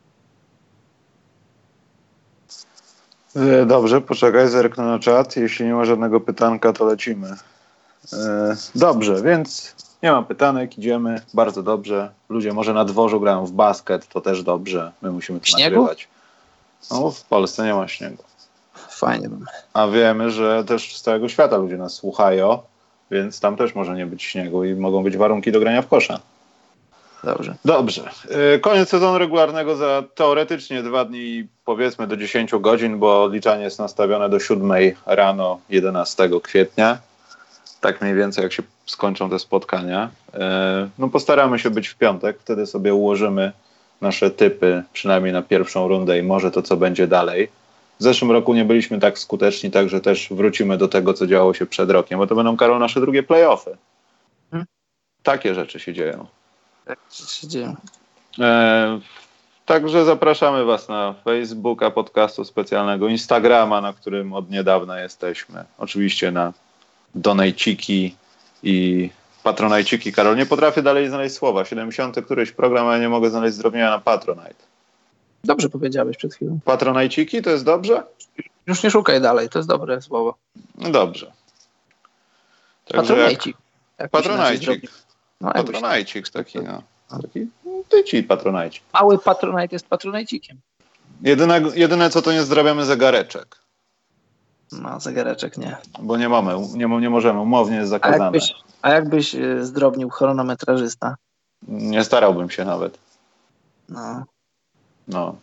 Dobrze, poczekaj, zerknę na czat. Jeśli nie ma żadnego pytanka, to lecimy. Dobrze, więc nie ma pytanek, idziemy. Bardzo dobrze. Ludzie może na dworzu grają w basket, to też dobrze. My musimy to śniegu? nagrywać. No, w Polsce nie ma śniegu. Fajnie. A wiemy, że też z całego świata ludzie nas słuchają, więc tam też może nie być śniegu i mogą być warunki do grania w kosza. Dobrze. Dobrze. Koniec sezonu regularnego za teoretycznie dwa dni, powiedzmy do dziesięciu godzin, bo odliczanie jest nastawione do siódmej rano jedenastego kwietnia. Tak mniej więcej jak się skończą te spotkania. No postaramy się być w piątek, wtedy sobie ułożymy nasze typy, przynajmniej na pierwszą rundę i może to, co będzie dalej. W zeszłym roku nie byliśmy tak skuteczni, także też wrócimy do tego, co działo się przed rokiem, bo to będą, Karol, nasze drugie play-offy. Hmm? Takie rzeczy się dzieją. Tak się dzieją. E, Także zapraszamy Was na Facebooka podcastu specjalnego, Instagrama, na którym od niedawna jesteśmy. Oczywiście na donajciki i patronajciki. Karol, nie potrafię dalej znaleźć słowa. siedemdziesiąty któryś program, a nie mogę znaleźć zdrobnienia na Patronite. Dobrze powiedziałeś przed chwilą. Patronajciki to jest dobrze? Już nie szukaj dalej, to jest dobre słowo. No dobrze. Patronajcik. Jak... Patronajcik. No, patronajcik taki, no. Taki tyci patronajcik. Mały patronajt jest patronajcikiem. Jedyne, jedyne co to nie zdrabiamy zegareczek. No, zegareczek nie. Bo nie mamy, nie, nie możemy, umownie jest zakazane. A jakbyś, a jakbyś zdrobnił chronometrażysta? Nie starałbym się nawet. No. No.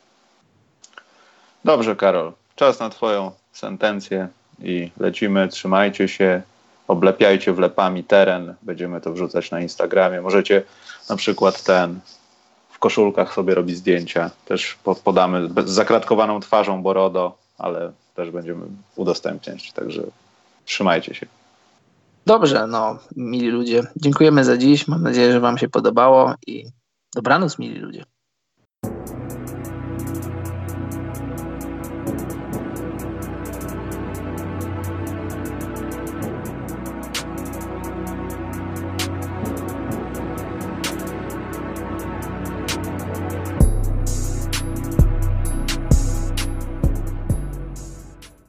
Dobrze, Karol. Czas na twoją sentencję i lecimy. Trzymajcie się. Oblepiajcie wlepami teren. Będziemy to wrzucać na Instagramie. Możecie na przykład ten w koszulkach sobie robić zdjęcia. Też podamy z zakratkowaną twarzą Borodo, ale też będziemy udostępniać. Także trzymajcie się. Dobrze, no, mili ludzie. Dziękujemy za dziś. Mam nadzieję, że wam się podobało i dobranoc, mili ludzie.